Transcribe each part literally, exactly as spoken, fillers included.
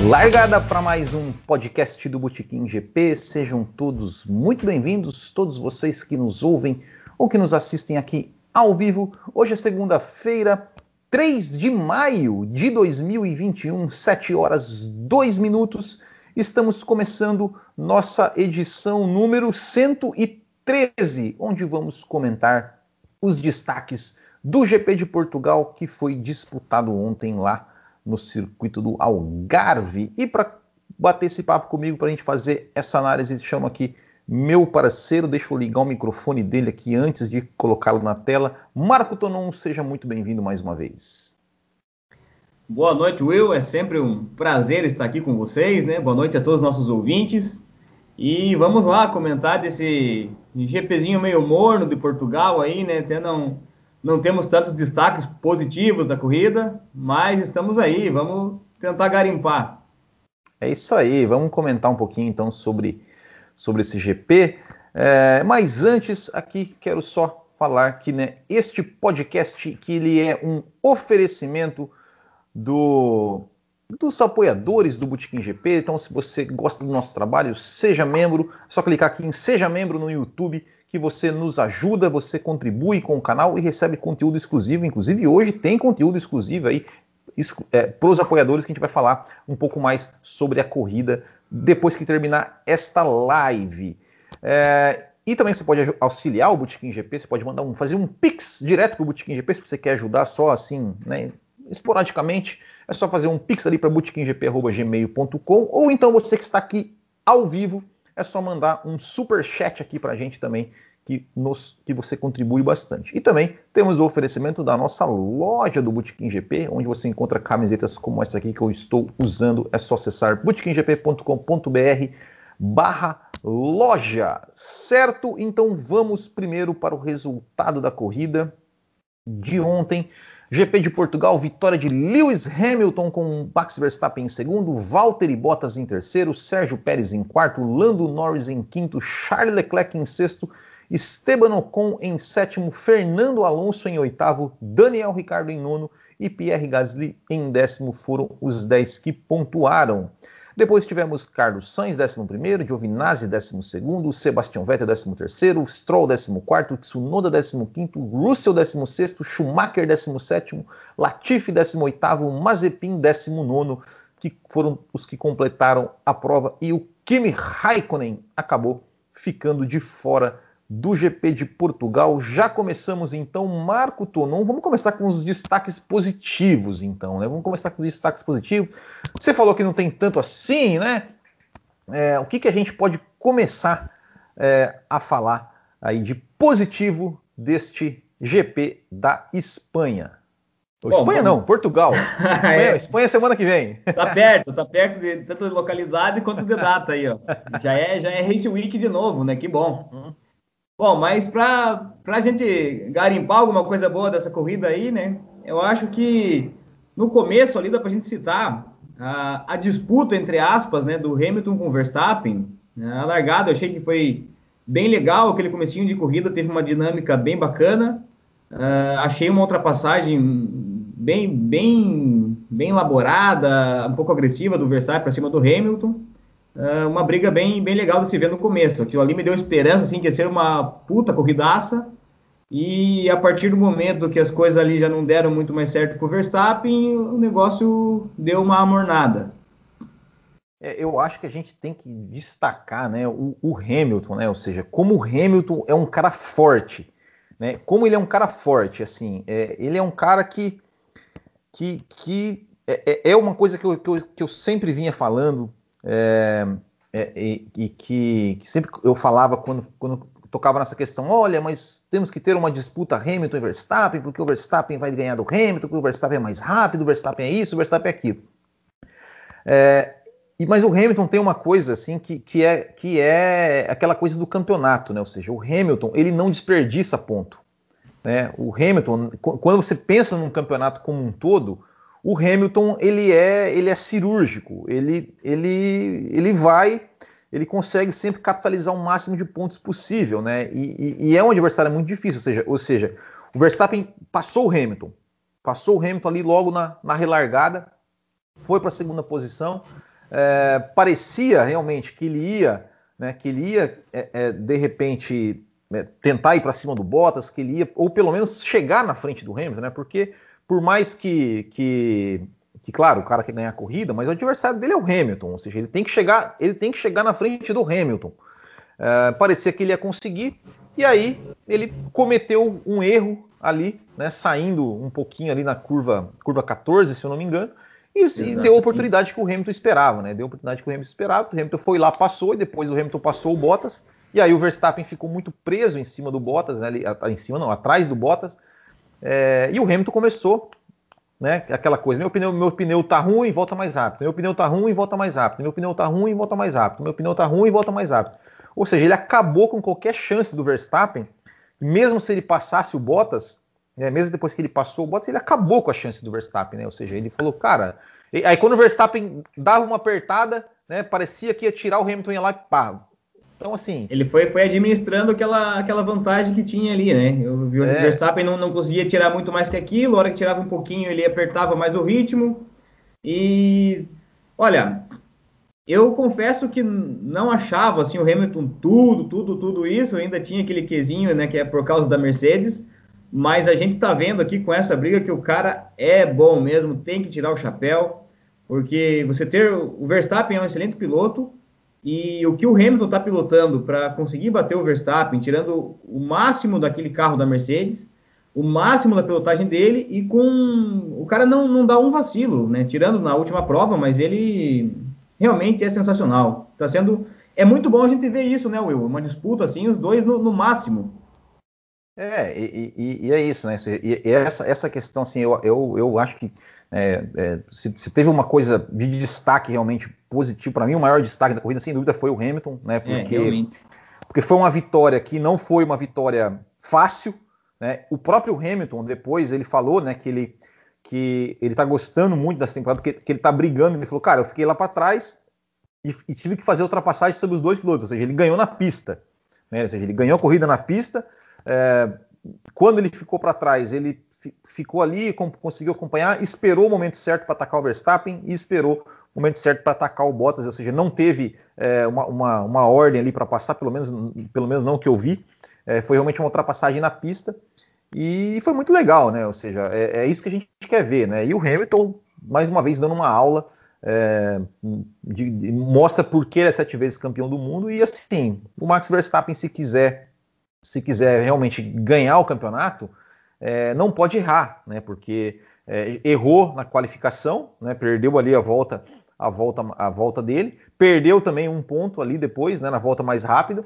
Largada para mais um podcast do Botequim G P, sejam todos muito bem-vindos, todos vocês que nos ouvem ou que nos assistem aqui ao vivo. Hoje é segunda-feira, três de maio de dois mil e vinte e um, sete horas dois minutos. Estamos começando nossa edição número cento e treze, onde vamos comentar os destaques do G P de Portugal, que foi disputado ontem lá no circuito do Algarve. E para bater esse papo comigo, para a gente fazer essa análise, chamo aqui meu parceiro, deixa eu ligar o microfone dele aqui antes de colocá-lo na tela. Marco Tonon, seja muito bem-vindo mais uma vez. Boa noite, Will, é sempre um prazer estar aqui com vocês, né? Boa noite a todos os nossos ouvintes. E vamos lá comentar desse GPzinho meio morno de Portugal aí, né? Até não... Não temos tantos destaques positivos da corrida, mas estamos aí, vamos tentar garimpar. É isso aí, vamos comentar um pouquinho então sobre, sobre esse G P. É, mas antes, aqui quero só falar que né, este podcast que ele é um oferecimento do, dos apoiadores do Botequim G P. Então, se você gosta do nosso trabalho, seja membro. É só clicar aqui em Seja Membro no YouTube, que você nos ajuda, você contribui com o canal e recebe conteúdo exclusivo. Inclusive, hoje tem conteúdo exclusivo aí é, para os apoiadores, que a gente vai falar um pouco mais sobre a corrida depois que terminar esta live. É, e também você pode auxiliar o Botequim G P, você pode mandar um, fazer um Pix direto para o Botequim G P, se você quer ajudar só assim, né, esporadicamente. É só fazer um Pix ali para botequim g p arroba gmail ponto com, ou então você que está aqui ao vivo, é só mandar um super chat aqui para a gente também, que, nos, que você contribui bastante. E também temos o oferecimento da nossa loja do Botequim G P, onde você encontra camisetas como essa aqui que eu estou usando. É só acessar botequim g p ponto com ponto b r barra loja, certo? Então vamos primeiro para o resultado da corrida de ontem. G P de Portugal, vitória de Lewis Hamilton com Max Verstappen em segundo, Valtteri Bottas em terceiro, Sérgio Pérez em quarto, Lando Norris em quinto, Charles Leclerc em sexto, Esteban Ocon em sétimo, Fernando Alonso em oitavo, Daniel Ricciardo em nono e Pierre Gasly em décimo. Foram os dez que pontuaram. Depois tivemos Carlos Sainz, décimo primeiro, Giovinazzi, décimo segundo, Sebastian Vettel, décimo terceiro, Stroll, décimo quarto, Tsunoda, décimo quinto, Russell, décimo sexto, Schumacher, décimo sétimo, Latifi, décimo oitavo, Mazepin, décimo nono, que foram os que completaram a prova, e o Kimi Raikkonen acabou ficando de fora do G P de Portugal. Já começamos então, Marco Tonon. Vamos começar com os destaques positivos, então, né? Vamos começar com os destaques positivos. Você falou que não tem tanto assim, né? É, o que, que a gente pode começar é, a falar aí de positivo deste G P da Espanha? Ou Bom, Espanha vamos... não, Portugal. Espanha, é, Espanha semana que vem. tá perto, tá perto de tanto de localidade quanto de data aí, ó. Já é, já é Race Week de novo, né? Que bom. Uhum. Bom, mas para a gente garimpar alguma coisa boa dessa corrida aí, né? Eu acho que no começo ali dá para a gente citar a, a disputa, entre aspas, né, do Hamilton com o Verstappen. Né, a largada eu achei que foi bem legal, aquele comecinho de corrida teve uma dinâmica bem bacana. Uh, achei uma ultrapassagem bem, bem, bem elaborada, um pouco agressiva do Verstappen para cima do Hamilton. Uh, uma briga bem, bem legal de se ver no começo. Aquilo ali me deu esperança, assim, que ia ser uma puta corridaça. E a partir do momento que as coisas ali já não deram muito mais certo com o Verstappen, o negócio deu uma amornada. É, eu acho que a gente tem que destacar, né, o, o Hamilton, né, ou seja, como o Hamilton é um cara forte, né, como ele é um cara forte, assim, é, ele é um cara que, que, que é, é uma coisa que eu, que, eu, que eu sempre vinha falando, é, é, e, e que, que sempre eu falava quando, quando tocava nessa questão, olha, mas temos que ter uma disputa Hamilton e Verstappen, porque o Verstappen vai ganhar do Hamilton, porque o Verstappen é mais rápido, o Verstappen é isso, o Verstappen é aquilo. É, e, mas o Hamilton tem uma coisa assim que, que, é, que é aquela coisa do campeonato, né? Ou seja, o Hamilton ele não desperdiça ponto, né? O Hamilton, quando você pensa num campeonato como um todo, o Hamilton ele é, ele é cirúrgico, ele, ele, ele vai, ele consegue sempre capitalizar o máximo de pontos possível, né? E, e, e é um adversário muito difícil, ou seja, ou seja, o Verstappen passou o Hamilton, passou o Hamilton ali logo na, na relargada, foi para a segunda posição. é, parecia realmente que ele ia, né, que ele ia é, é, de repente é, tentar ir para cima do Bottas, que ele ia, ou pelo menos chegar na frente do Hamilton, né? Porque por mais que, que, que claro, o cara quer ganhar a corrida, mas o adversário dele é o Hamilton, ou seja, ele tem que chegar, ele tem que chegar na frente do Hamilton. É, parecia que ele ia conseguir, e aí ele cometeu um erro ali, né, saindo um pouquinho ali na curva, curva catorze, se eu não me engano, e, e deu a oportunidade que o Hamilton esperava, né? Deu a oportunidade que o Hamilton esperava, o Hamilton foi lá, passou, e depois o Hamilton passou o Bottas, e aí o Verstappen ficou muito preso em cima do Bottas, né, ali, em cima não, atrás do Bottas, é, e o Hamilton começou, né, aquela coisa, meu pneu, meu pneu tá ruim, volta mais rápido, meu pneu tá ruim, volta mais rápido, meu pneu tá ruim, volta mais rápido, meu pneu tá ruim, volta mais rápido. Ou seja, ele acabou com qualquer chance do Verstappen, mesmo se ele passasse o Bottas, né, mesmo depois que ele passou o Bottas, ele acabou com a chance do Verstappen, né? Ou seja, ele falou, cara... E, aí quando o Verstappen dava uma apertada, né, parecia que ia tirar o Hamilton, ia lá e pá. Então, assim... Ele foi, foi administrando aquela, aquela vantagem que tinha ali, né? O É... Verstappen não, não conseguia tirar muito mais que aquilo, a hora que tirava um pouquinho ele apertava mais o ritmo. E, olha... Eu confesso que não achava assim, o Hamilton tudo, tudo, tudo isso, ainda tinha aquele quesinho, né, que é por causa da Mercedes, mas a gente tá vendo aqui com essa briga que o cara é bom mesmo, tem que tirar o chapéu, porque você ter o Verstappen é um excelente piloto e o que o Hamilton está pilotando para conseguir bater o Verstappen, tirando o máximo daquele carro da Mercedes, o máximo da pilotagem dele e com o cara não, não dá um vacilo, né, tirando na última prova, mas ele realmente é sensacional. Tá sendo, é muito bom a gente ver isso, né, Will? Uma disputa assim, os dois no, no máximo. É, e, e, e é isso, né? E, e essa, essa questão, assim, eu, eu, eu acho que é, é, se, se teve uma coisa de destaque realmente positivo, para mim, o maior destaque da corrida, sem dúvida, foi o Hamilton, né? É, Porque, realmente. porque foi uma vitória que não foi uma vitória fácil, né? O próprio Hamilton, depois, ele falou, né, que ele que ele tá gostando muito dessa temporada, porque que ele tá brigando, ele falou, cara, eu fiquei lá para trás e, e tive que fazer ultrapassagem sobre os dois pilotos, ou seja, ele ganhou na pista, né? Ou seja, ele ganhou a corrida na pista. É, quando ele ficou para trás, ele f- ficou ali, com, conseguiu acompanhar, esperou o momento certo para atacar o Verstappen e esperou o momento certo para atacar o Bottas, ou seja, não teve é, uma, uma, uma ordem ali para passar, pelo menos, pelo menos não que eu vi, é, foi realmente uma ultrapassagem na pista e foi muito legal, né? Ou seja, é, é isso que a gente quer ver, né? E o Hamilton, mais uma vez, dando uma aula, é, de, de, mostra por que ele é sete vezes campeão do mundo e assim, o Max Verstappen, se quiser se quiser realmente ganhar o campeonato, é, não pode errar, né? Porque é, errou na qualificação, né? Perdeu ali a volta, a volta, a volta dele, perdeu também um ponto ali depois, né? Na volta mais rápida,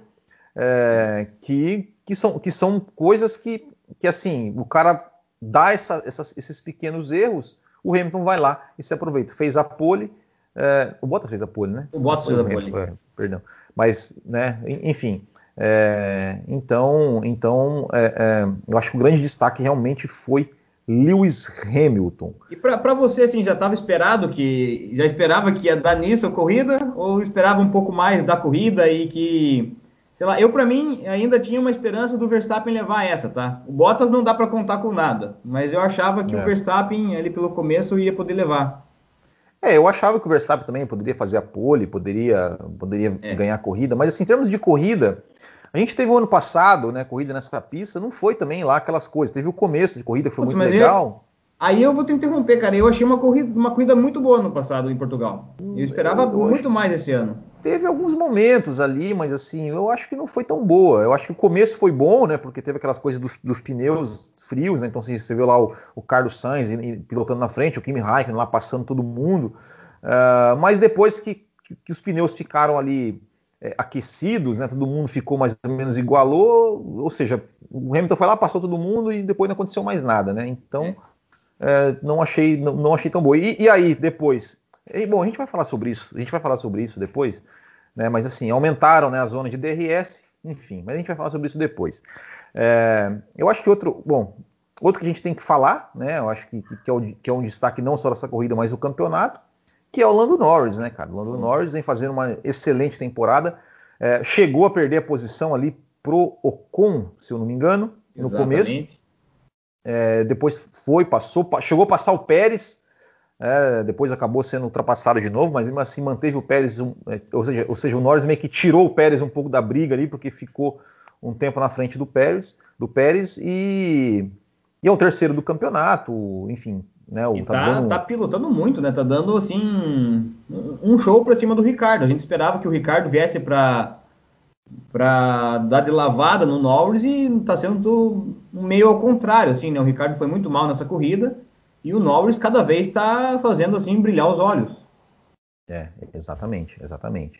é, que, que, são, que são coisas que, que assim, o cara dá essa, essas, esses pequenos erros, o Hamilton vai lá e se aproveita. Fez a pole, é, o Bottas fez a pole, né? O Bottas Foi fez o a Hamilton, pole. é, perdão. Mas, né? Enfim. É, então, então é, é, eu acho que o grande destaque realmente foi Lewis Hamilton. E para você, assim, já estava esperado que. Já esperava que ia dar nisso a corrida? Ou esperava um pouco mais da corrida e que. Sei lá, eu para mim ainda tinha uma esperança do Verstappen levar essa, tá? O Bottas não dá para contar com nada, mas eu achava que o É. Verstappen ali pelo começo ia poder levar. É, eu achava que o Verstappen também poderia fazer a pole, poderia, poderia É. ganhar a corrida, mas assim, em termos de corrida, a gente teve o ano passado, né, corrida nessa pista, não foi também lá aquelas coisas. Teve o começo de corrida que foi Putz, muito mas eu, legal. aí eu vou te interromper, cara. Eu achei uma corrida, uma corrida muito boa no passado em Portugal. Eu esperava Eu, eu acho muito mais esse ano. teve alguns momentos ali, mas assim, eu acho que não foi tão boa. Eu acho que o começo foi bom, né? Porque teve aquelas coisas dos, dos pneus frios, né? Então assim, você viu lá o, o Carlos Sainz pilotando na frente, o Kimi Raikkonen lá passando todo mundo. Uh, mas depois que, que, que os pneus ficaram ali é, aquecidos, né? Todo mundo ficou mais ou menos igualou, ou seja, o Hamilton foi lá, passou todo mundo e depois não aconteceu mais nada, né? Então É. é, não achei, não, não achei tão boa. E, e aí depois? E, bom, a gente vai falar sobre isso, a gente vai falar sobre isso depois, né? Mas assim, aumentaram, né, a zona de D R S, enfim, mas a gente vai falar sobre isso depois. É, eu acho que outro, bom, outro que a gente tem que falar, né? Eu acho que, que, é, o, que é um destaque não só dessa corrida, mas do campeonato, que é o Lando Norris, né, cara? O Lando Norris vem fazendo uma excelente temporada, é, chegou a perder a posição ali pro Ocon, se eu não me engano, no começo. Exatamente. É, depois foi, passou, chegou a passar o Pérez, É, depois acabou sendo ultrapassado de novo, mas mesmo assim manteve o Pérez, um, ou, seja, ou seja, o Norris meio que tirou o Pérez um pouco da briga ali, porque ficou um tempo na frente do Pérez, do Pérez e, e é o terceiro do campeonato, enfim. Né, E tá, tá, dando... tá pilotando muito, né? Tá dando, assim, um show pra cima do Ricardo. A gente esperava que o Ricardo viesse pra, pra dar de lavada no Norris e tá sendo meio ao contrário, assim, né? O Ricardo foi muito mal nessa corrida e o Norris cada vez tá fazendo, assim, brilhar os olhos. É, exatamente, exatamente.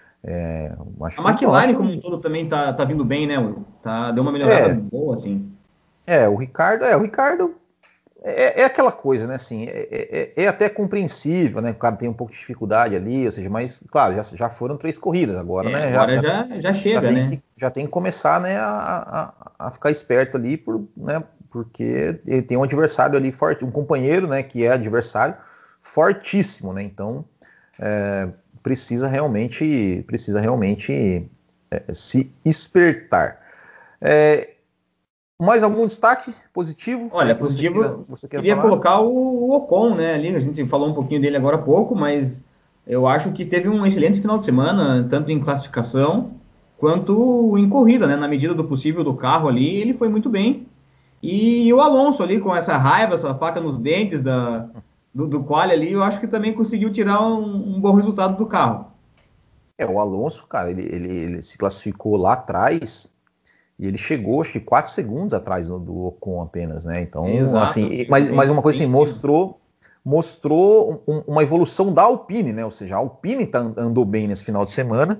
É, A acho que, bom, McLaren, acho como um que, todo, também tá, tá vindo bem, né, Will? Tá, deu uma melhorada é, boa, assim. é, o Ricardo, é, o Ricardo é, é aquela coisa, né, assim, é, é, é até compreensível, né, o cara tem um pouco de dificuldade ali, ou seja, mas, claro, já, já foram três corridas, agora, É, né, já, agora já, já, já já chega, tem né? que, já tem que começar, né, a, a, a ficar esperto ali, por, né, porque ele tem um adversário ali forte, um companheiro, né, que é adversário fortíssimo, né, então é, precisa realmente, precisa realmente é, se espertar. É, mais algum destaque positivo aí Olha, que você queira, positivo, você queira queria falar? colocar o, o Ocon, né, ali, a gente falou um pouquinho dele agora há pouco, mas eu acho que teve um excelente final de semana, tanto em classificação quanto em corrida, né, na medida do possível do carro ali, ele foi muito bem. E o Alonso ali, com essa raiva, essa faca nos dentes da, do, do quali ali, eu acho que também conseguiu tirar um, um bom resultado do carro. É, o Alonso, cara, ele, ele, ele se classificou lá atrás e ele chegou, acho que quatro segundos atrás do, do Ocon apenas, né? Então, Exato, assim, chegou mas, mas bem, uma coisa bem assim, em cima. mostrou, mostrou um, uma evolução da Alpine, né? Ou seja, a Alpine tá, andou bem nesse final de semana.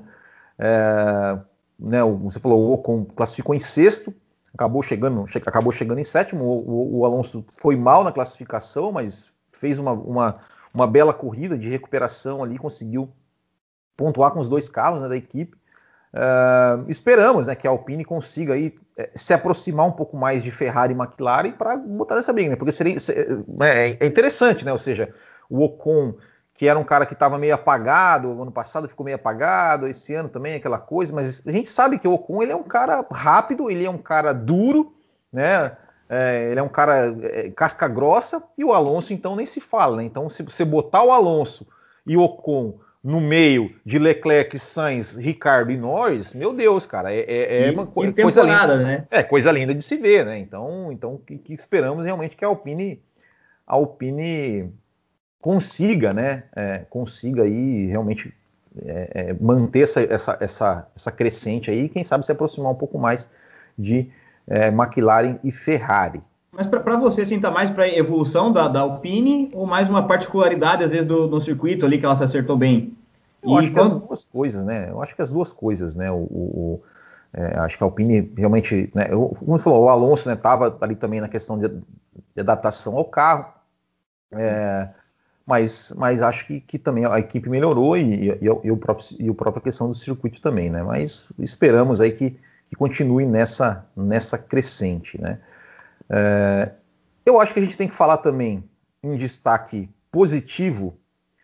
É, né, você falou, o Ocon classificou em sexto, acabou chegando, che, acabou chegando em sétimo. O, o, o Alonso foi mal na classificação, mas fez uma, uma, uma bela corrida de recuperação ali, conseguiu pontuar com os dois carros, né, da equipe. Uh, esperamos, né, que a Alpine consiga aí, é, se aproximar um pouco mais de Ferrari e McLaren para botar nessa briga, né? Porque seria, é, é interessante, né? Ou seja, o Ocon, que era um cara que estava meio apagado, ano passado ficou meio apagado, esse ano também aquela coisa, mas a gente sabe que o Ocon ele é um cara rápido, ele é um cara duro, né? É, ele é um cara é, casca grossa, e o Alonso então nem se fala, né? Então se você botar o Alonso e o Ocon no meio de Leclerc, Sainz, Ricardo e Norris, meu Deus, cara, é, é, é uma Que, co que coisa linda. temporada, né? É coisa linda de se ver, né? Então, então que, que esperamos realmente que a Alpine, a Alpine consiga, né? É, consiga aí realmente é, é, manter essa, essa, essa, essa crescente aí, e quem sabe se aproximar um pouco mais de é, McLaren e Ferrari. Mas para você, assim, tá mais para evolução da, da Alpine ou mais uma particularidade, às vezes, do, do circuito ali que ela se acertou bem? Eu E acho que as quando... duas coisas, né? Eu acho que as duas coisas, né? O, o, É, acho que a Alpine realmente, né, eu, como você falou, o Alonso estava né, ali também na questão de, de adaptação ao carro, é, mas, mas acho que, que também a equipe melhorou e, e, e, o próprio, e a própria questão do circuito também, né? Mas esperamos aí que, que continue nessa, nessa crescente, né? É, eu acho que a gente tem que falar também em destaque positivo.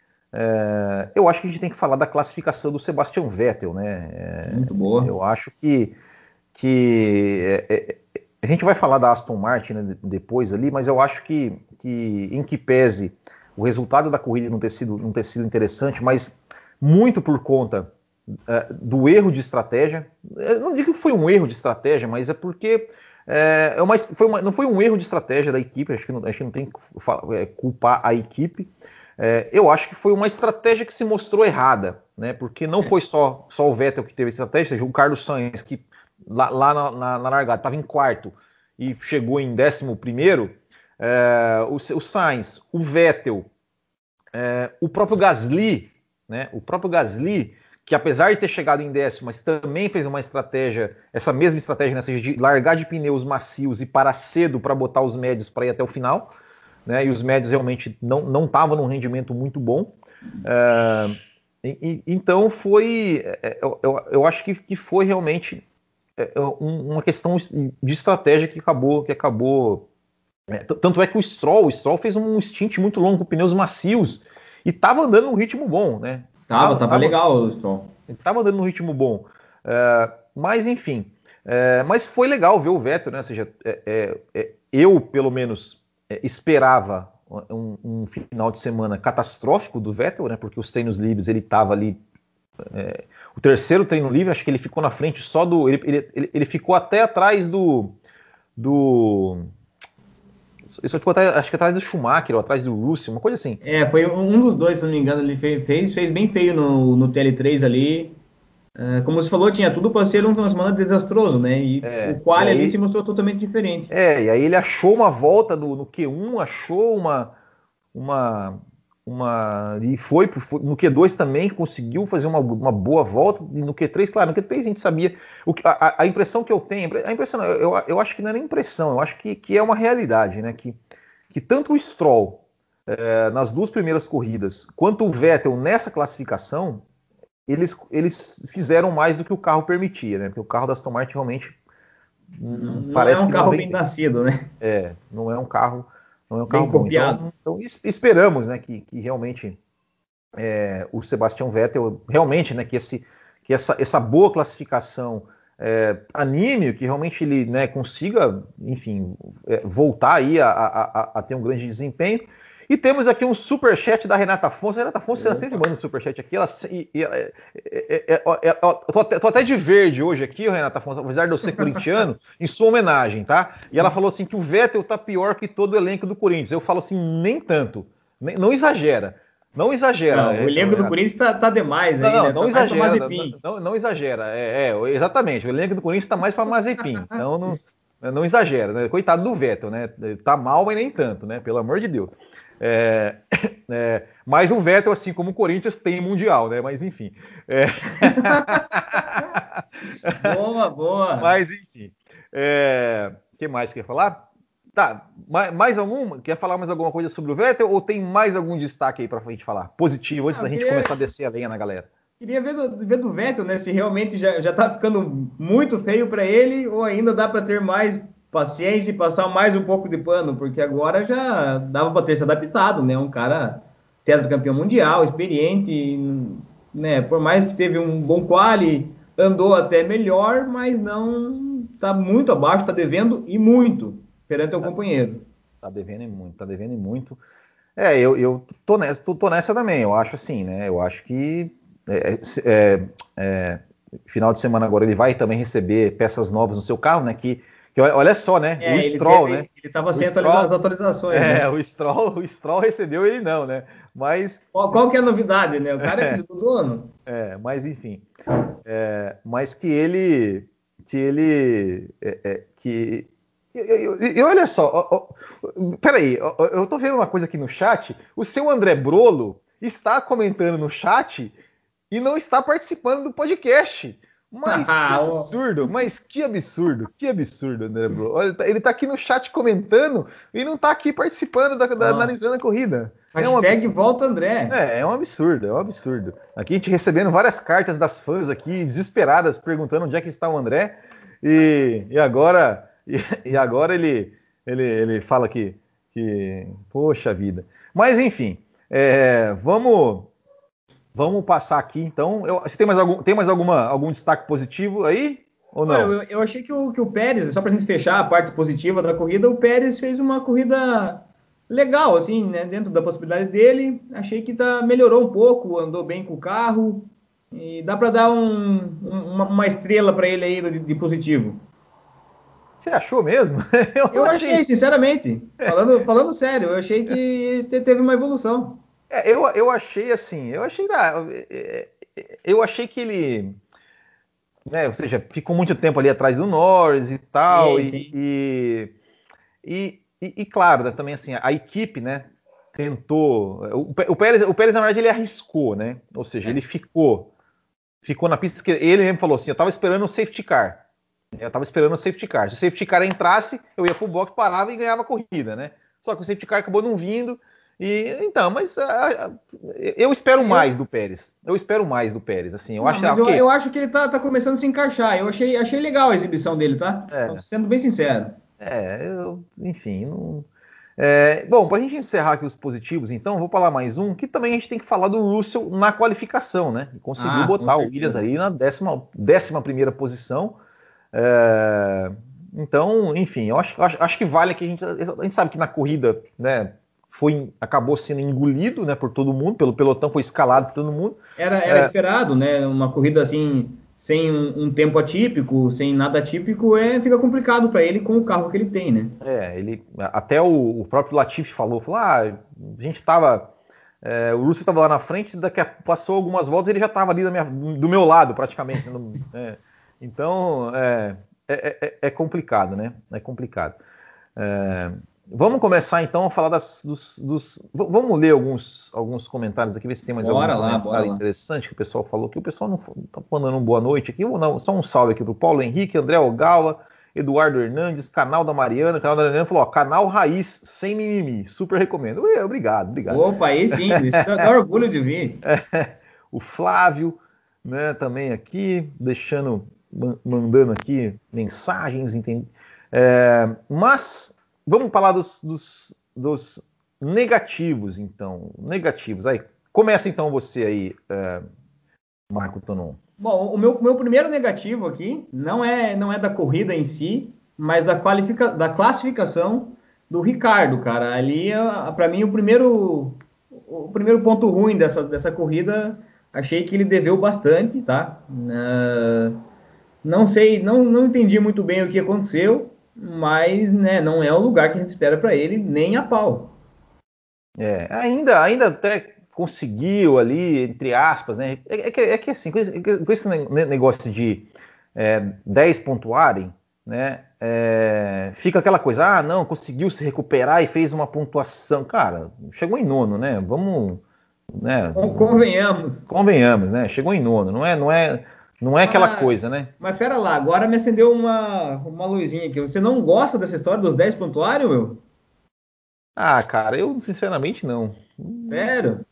É, eu acho que a gente tem que falar da classificação do Sebastian Vettel, né? É, Muito boa. eu acho que que é, é, a gente vai falar da Aston Martin, né, depois ali, mas eu acho que, que em que pese o resultado da corrida não ter sido, não ter sido interessante, mas muito por conta é, do erro de estratégia. Eu não digo que foi um erro de estratégia, mas é porque é, é uma, foi uma, não foi um erro de estratégia da equipe, acho que não, acho que não tem que é, culpar a equipe. É, eu acho que foi uma estratégia que se mostrou errada, né? Porque não foi só, só o Vettel que teve estratégia, o Carlos Sainz, que lá, lá na, na, na largada estava em quarto e chegou em décimo primeiro, é, o, o Sainz, o Vettel, é, o próprio Gasly, né? O próprio Gasly, que apesar de ter chegado em décimo, mas também fez uma estratégia, essa mesma estratégia, né? Seja, de largar de pneus macios e parar cedo para botar os médios para ir até o final. Né, e os médios realmente não estavam num rendimento muito bom. É, e, então foi, eu, eu, eu acho que, que foi realmente uma questão de estratégia que acabou, que acabou. É, tanto é que o Stroll, o Stroll fez um stint muito longo com pneus macios e estava andando num ritmo bom, né? Tava, Tava, tava tava, legal, Stroll. tava andando num ritmo bom. É, mas enfim, é, mas foi legal ver o Vettel, né? Ou seja, é, é, eu pelo menos esperava um, um final de semana catastrófico do Vettel, né? Porque os treinos livres ele estava ali. É, o terceiro treino livre, acho que ele ficou na frente só do. Ele, ele, ele ficou até atrás do. do Isso ficou atrás, acho que atrás do Schumacher, ou atrás do Russell, uma coisa assim. É, foi um dos dois, se não me engano, ele fez, fez, fez bem feio no, no T L três ali. Uh, como você falou, tinha tudo para ser um final de semana desastroso, né? E É, o quali e aí, ali se mostrou totalmente diferente. é, e aí ele achou uma volta do, no Q um, achou uma. uma uma e foi, foi no Q dois também conseguiu fazer uma, uma boa volta, e no Q três, claro, no Q três a gente sabia o que, a, a impressão que eu tenho, a impressão, eu, eu acho que não é nem impressão, eu acho que, que é uma realidade, né, que, que tanto o Stroll é, nas duas primeiras corridas, quanto o Vettel nessa classificação, eles, eles fizeram mais do que o carro permitia, né, porque o carro da Aston Martin realmente Não, hum, não é parece um que não carro vem bem bem. nascido, né? É, não é um carro não é um carro Bem bom. copiado. Então, então esperamos, né, que, que realmente é, o Sebastian Vettel, realmente, né, que, esse, que essa, essa boa classificação é, anime, que realmente ele, né, consiga, enfim, é, voltar aí a, a, a, a ter um grande desempenho. E temos aqui um superchat da Renata Afonso. A Renata Afonso, ela sempre manda um superchat aqui. Ela, e, e, é, é, é, é, tô, até, tô até de verde hoje aqui, Renata Afonso, apesar de eu ser corintiano, em sua homenagem, tá? E ela falou assim que o Vettel tá pior que todo o elenco do Corinthians. Eu falo assim, nem tanto. Nem, não exagera. Não exagera. Não, o elenco do Corinthians tá, tá demais aí, Não, né? não Tá mais pra exagera. Não, Mazepin. não, não exagera. É, é, exatamente. O elenco do Corinthians está mais para Mazepin. Então não, não exagera, né? Coitado do Vettel, né? Tá mal, mas nem tanto, né? Pelo amor de Deus. É, é, mas o Vettel, assim como o Corinthians, tem mundial, né? Mas enfim. É... Boa, boa. Mas enfim. É... O que mais quer falar? Tá, mais, mais alguma? Quer falar mais alguma coisa sobre o Vettel ou tem mais algum destaque aí pra gente falar? Positivo, antes Ah, da eu gente queria, começar a descer a lenha na galera. queria ver do, ver do Vettel, né? Se realmente já, já tá ficando muito feio para ele ou ainda dá para ter mais paciência e passar mais um pouco de pano, porque agora já dava para ter se adaptado, né? Um cara tetracampeão mundial, experiente, né? Por mais que teve um bom quali, andou até melhor, mas não tá muito abaixo, tá devendo e muito perante o Tá, companheiro. tá devendo e muito, tá devendo e muito. É, eu, eu tô, nessa, tô, tô nessa também, eu acho assim, né? Eu acho que é, é, é, final de semana agora ele vai também receber peças novas no seu carro, né? Que, que olha só, né? O É, ele Stroll, né? teve, ele tava O sem atualiza- as Stroll, atualizações, é, né? o Stroll, o Stroll recebeu ele não, né? Mas, Qual, qual que é a novidade, né? O cara é filho do dono. é, mas enfim, é, mas que ele, que ele, é, é, que e, e- e olha só, ó, ó, peraí, ó, ó, eu tô vendo uma coisa aqui no chat. O seu André Brolo está comentando no chat e não está participando do podcast. Mas que O- absurdo, mas que absurdo, que absurdo, André Brolo. Olha, ele tá aqui no chat comentando e não tá aqui participando da, da- ó, analisando a corrida. É um hashtag absurdo. volta André. É, é um absurdo, é um absurdo. Aqui a gente recebendo várias cartas das fãs aqui, desesperadas, perguntando onde é que está o André. E, e agora, e, e agora ele, ele, ele fala que, que, poxa vida. Mas enfim, é, vamos, vamos passar aqui então. Eu, você tem mais algum, tem mais alguma, algum destaque positivo aí ou Olha, não? eu, eu achei que o, que o Pérez, só pra gente fechar a parte positiva da corrida, o Pérez fez uma corrida legal, assim, né? Dentro da possibilidade dele. Achei que tá, melhorou um pouco, andou bem com o carro. E dá pra dar um, um- uma, uma estrela pra ele aí de, de positivo. Você achou mesmo? Eu Eu achei, achei. sinceramente, falando, falando sério, eu achei que te- teve uma evolução. É, eu, eu achei assim, eu achei, ah, é, é, eu achei que ele né, ou seja, ficou muito tempo ali atrás do Norris e tal, Sim, e, sim. e, e, e, e claro, né, também assim, a equipe, né, tentou, o, o, Pérez, o Pérez na verdade ele arriscou, né, ou seja, ele ficou, ficou na pista que ele mesmo falou assim, eu tava esperando o safety car, eu tava esperando o safety car, se o safety car entrasse, eu ia pro box, parava e ganhava a corrida, né, só que o safety car acabou não vindo, e então, mas uh, eu espero É, mais eu, do Pérez, eu espero mais do Pérez, assim, eu não, acho, ah, mas eu, ok, eu acho que ele tá, tá começando a se encaixar. Eu achei, achei legal a exibição dele, tá? Tô é, sendo bem sincero. É, eu, enfim. Não... É, bom, para a gente encerrar aqui os positivos, então, vou falar mais um, que também a gente tem que falar do Russell na qualificação, né? Conseguiu Ah, com botar o Williams certeza. ali na décima, décima primeira posição. É, então, enfim, eu acho, acho, acho que vale que a gente. A gente sabe que na corrida, né? foi, acabou sendo engolido, né, por todo mundo, pelo pelotão, foi escalado por todo mundo. Era, era é, esperado, né? Uma corrida assim, sem um, um tempo atípico, sem nada atípico, é, fica complicado para ele com o carro que ele tem, né? É, ele, até o, o próprio Latifi falou, falou, ah, a gente estava, é, o Russell estava lá na frente, daqui a, passou algumas voltas, ele já estava ali minha, do meu lado, praticamente. No, é, então, é, é, é, é complicado, né? É complicado. É, vamos começar então a falar das, dos, dos, vamos ler alguns, alguns comentários aqui, ver se tem mais Bora algum lá, comentário bora lá. interessante que o pessoal falou, que o pessoal não está mandando um boa noite aqui, não, só um salve aqui para o Paulo Henrique, André Ogawa, Eduardo Hernandes, canal da Mariana, canal da Mariana falou, ó, canal raiz, sem mimimi, super recomendo. Obrigado, obrigado. Opa, aí sim, isso dá, dá orgulho de vir. É, o Flávio, né, também aqui, deixando, mandando aqui mensagens, entende? É, mas vamos falar dos, dos, dos negativos, então. Negativos. Aí, começa então você aí, é, Marco Tonon. Bom, o meu, meu primeiro negativo aqui não é, não é da corrida em si, mas da, qualifica, da classificação do Ricardo, cara. Ali, para mim, o primeiro, o primeiro ponto ruim dessa, dessa corrida, achei que ele deveu bastante, tá? Uh, não sei, não, não entendi muito bem o que aconteceu, mas né, não é o lugar que a gente espera para ele, nem a pau. É, ainda, ainda até conseguiu ali, entre aspas, né? É, é, que, é que assim, com esse, com esse negócio de é, dez pontuarem, né? É, fica aquela coisa, ah, não, conseguiu se recuperar e fez uma pontuação. Cara, chegou em nono, né? Vamos, né? Convenhamos. Convenhamos, né? Chegou em nono, não é, não é, não é aquela Mas, coisa, né? mas pera lá, agora me acendeu uma, uma luzinha aqui. Você não gosta dessa história dos dez pontuários, meu? Ah, cara, eu sinceramente não. Sério?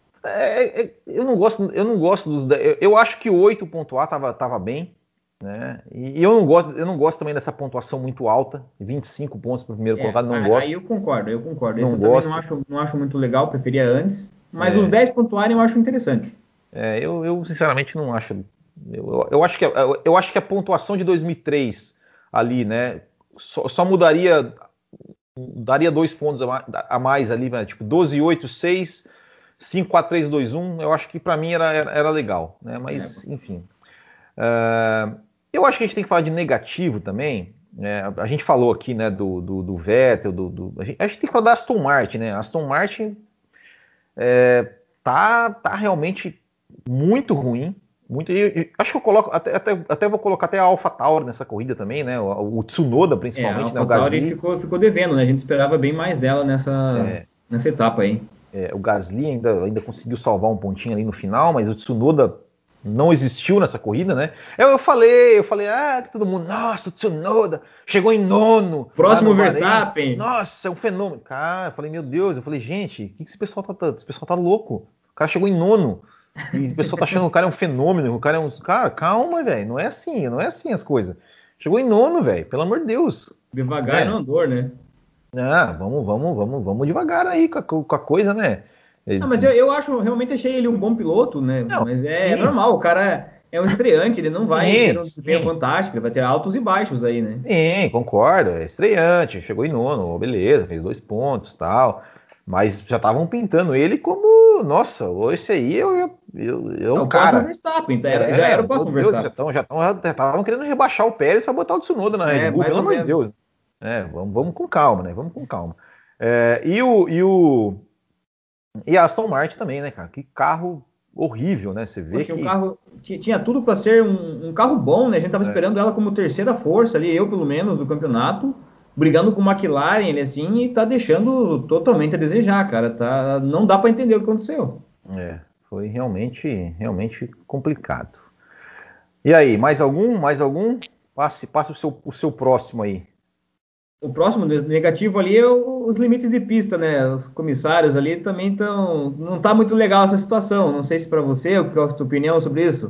É, é, eu não gosto, eu não gosto dos. Eu, eu acho que o oito ponto A tava, tava bem, né? E, e eu não gosto, eu não gosto também dessa pontuação muito alta, vinte e cinco pontos para o primeiro É, colocado, não aí gosto, eu concordo, eu concordo. Esse não eu também não gosto. acho, não acho muito legal, preferia antes. Mas os É, dez pontuários eu acho interessante. é, eu, eu sinceramente não acho. Eu, eu, eu acho que eu, eu acho que a pontuação de dois mil e três ali, né? Só, só mudaria, daria dois pontos a mais, a mais ali, né, tipo doze, oito, seis, cinco, quatro, três, dois, um. Eu acho que para mim era, era, era legal, né? É, Mas enfim. Uh, eu acho que a gente tem que falar de negativo também. Né? A gente falou aqui, né, do, do, do Vettel, do, do, a, gente, a gente tem que falar da Aston Martin, né? A Aston Martin é, tá, tá realmente muito ruim. Muito, eu, eu, acho que eu coloco, até, até, até vou colocar até a AlphaTauri nessa corrida também, né? O, o Tsunoda, é, a principalmente, né? O AlphaTauri Gasly. ficou, ficou devendo, né? A gente esperava bem mais dela nessa, É, nessa etapa aí. é, o Gasly ainda, ainda conseguiu salvar um pontinho ali no final, mas o Tsunoda não existiu nessa corrida, né? Eu, eu falei, eu falei, ah, que todo mundo, nossa, o Tsunoda chegou em nono lá Próximo no Bahrein. Verstappen. Nossa, é um fenômeno. Cara, eu falei, meu Deus, eu falei, gente, o que, que esse pessoal tá, esse pessoal tá louco? O cara chegou em nono. E o pessoal tá achando que o cara é um fenômeno, o cara é um. Cara, calma, velho. Não é assim, não é assim as coisas. Chegou em nono, velho, pelo amor de Deus. Devagar no Né? andor, né? Ah, vamos, vamos, vamos, vamos devagar aí com a, com a coisa, né? Ah, mas eu, eu acho, realmente achei ele um bom piloto, né? Não, Mas é, é sim, normal, o cara é um estreante, ele não vai ter sim, um desempenho sim. fantástico, ele vai ter altos e baixos aí, né? Sim, concordo. É estreante, chegou em nono, beleza, fez dois pontos, tal. Mas já estavam pintando ele como, nossa, esse aí eu, eu, eu, é É o o próximo cara. Verstappen, tá? Era- já É, era o meu próximo Deus, já Verstappen. estavam já tão, já estavam querendo rebaixar o Pérez para botar o Tsunoda na Red É, Bull, mais pelo ou amor de menos. Deus. É, vamos, vamos com calma, né? Vamos com calma. É, e o, e o e a Aston Martin também, né, cara? Que carro horrível, né? Você vê Poxa, um que carro tinha, tinha tudo para ser um, um carro bom, né? A gente tava é, esperando ela como terceira força ali, eu pelo menos, do campeonato, brigando com o McLaren, ele assim, e tá deixando totalmente a desejar, cara. Tá, não dá para entender o que aconteceu. é, foi realmente, realmente complicado. E aí, mais algum? Mais algum? Passe, passe o seu, o seu próximo aí. O próximo negativo ali é o- os limites de pista, né? Os comissários ali também estão. Não tá muito legal essa situação. Não sei se para você, qual é a tua opinião sobre isso?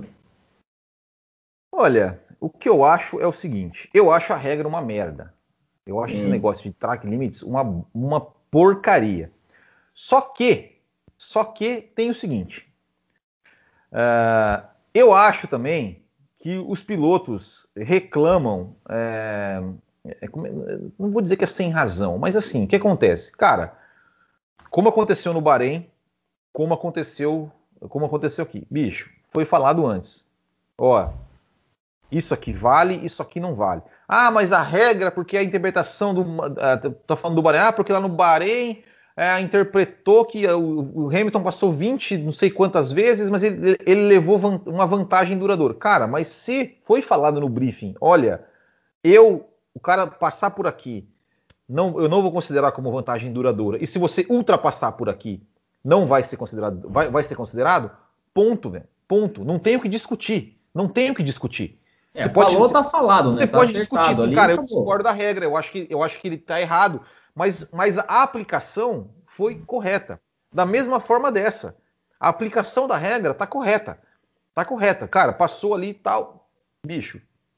Olha, o que eu acho é o seguinte: eu acho a regra uma merda. Eu acho esse Sim. negócio de track limits uma, uma porcaria. Só que, só que tem o seguinte: uh, eu acho também que os pilotos reclamam. É, é, não vou dizer que é sem razão, mas assim, o que acontece? Cara, como aconteceu no Bahrein, como aconteceu, como aconteceu aqui. Bicho, foi falado antes. Ó, isso aqui vale, isso aqui não vale. Ah, mas a regra, porque a interpretação do... Tá falando do Bahrein, ah, porque lá no Bahrein é, interpretou que o, o Hamilton passou vinte, não sei quantas vezes, mas ele, ele levou van, uma vantagem duradoura. Cara, mas se foi falado no briefing, olha, eu, o cara passar por aqui, não, eu não vou considerar como vantagem duradoura. E se você ultrapassar por aqui, não vai ser considerado, vai, vai ser considerado? Ponto, velho. Ponto. Não tem o que discutir. Não tem o que discutir. É, você pode, falou, tá falado, né? você Tá pode acertado discutir, sim, ali, cara, eu acabou. discordo da regra, eu acho que, eu acho que ele tá errado, mas, mas a aplicação foi correta. Da mesma forma dessa. A aplicação da regra tá correta. Tá correta. Cara, passou ali e tal, bicho,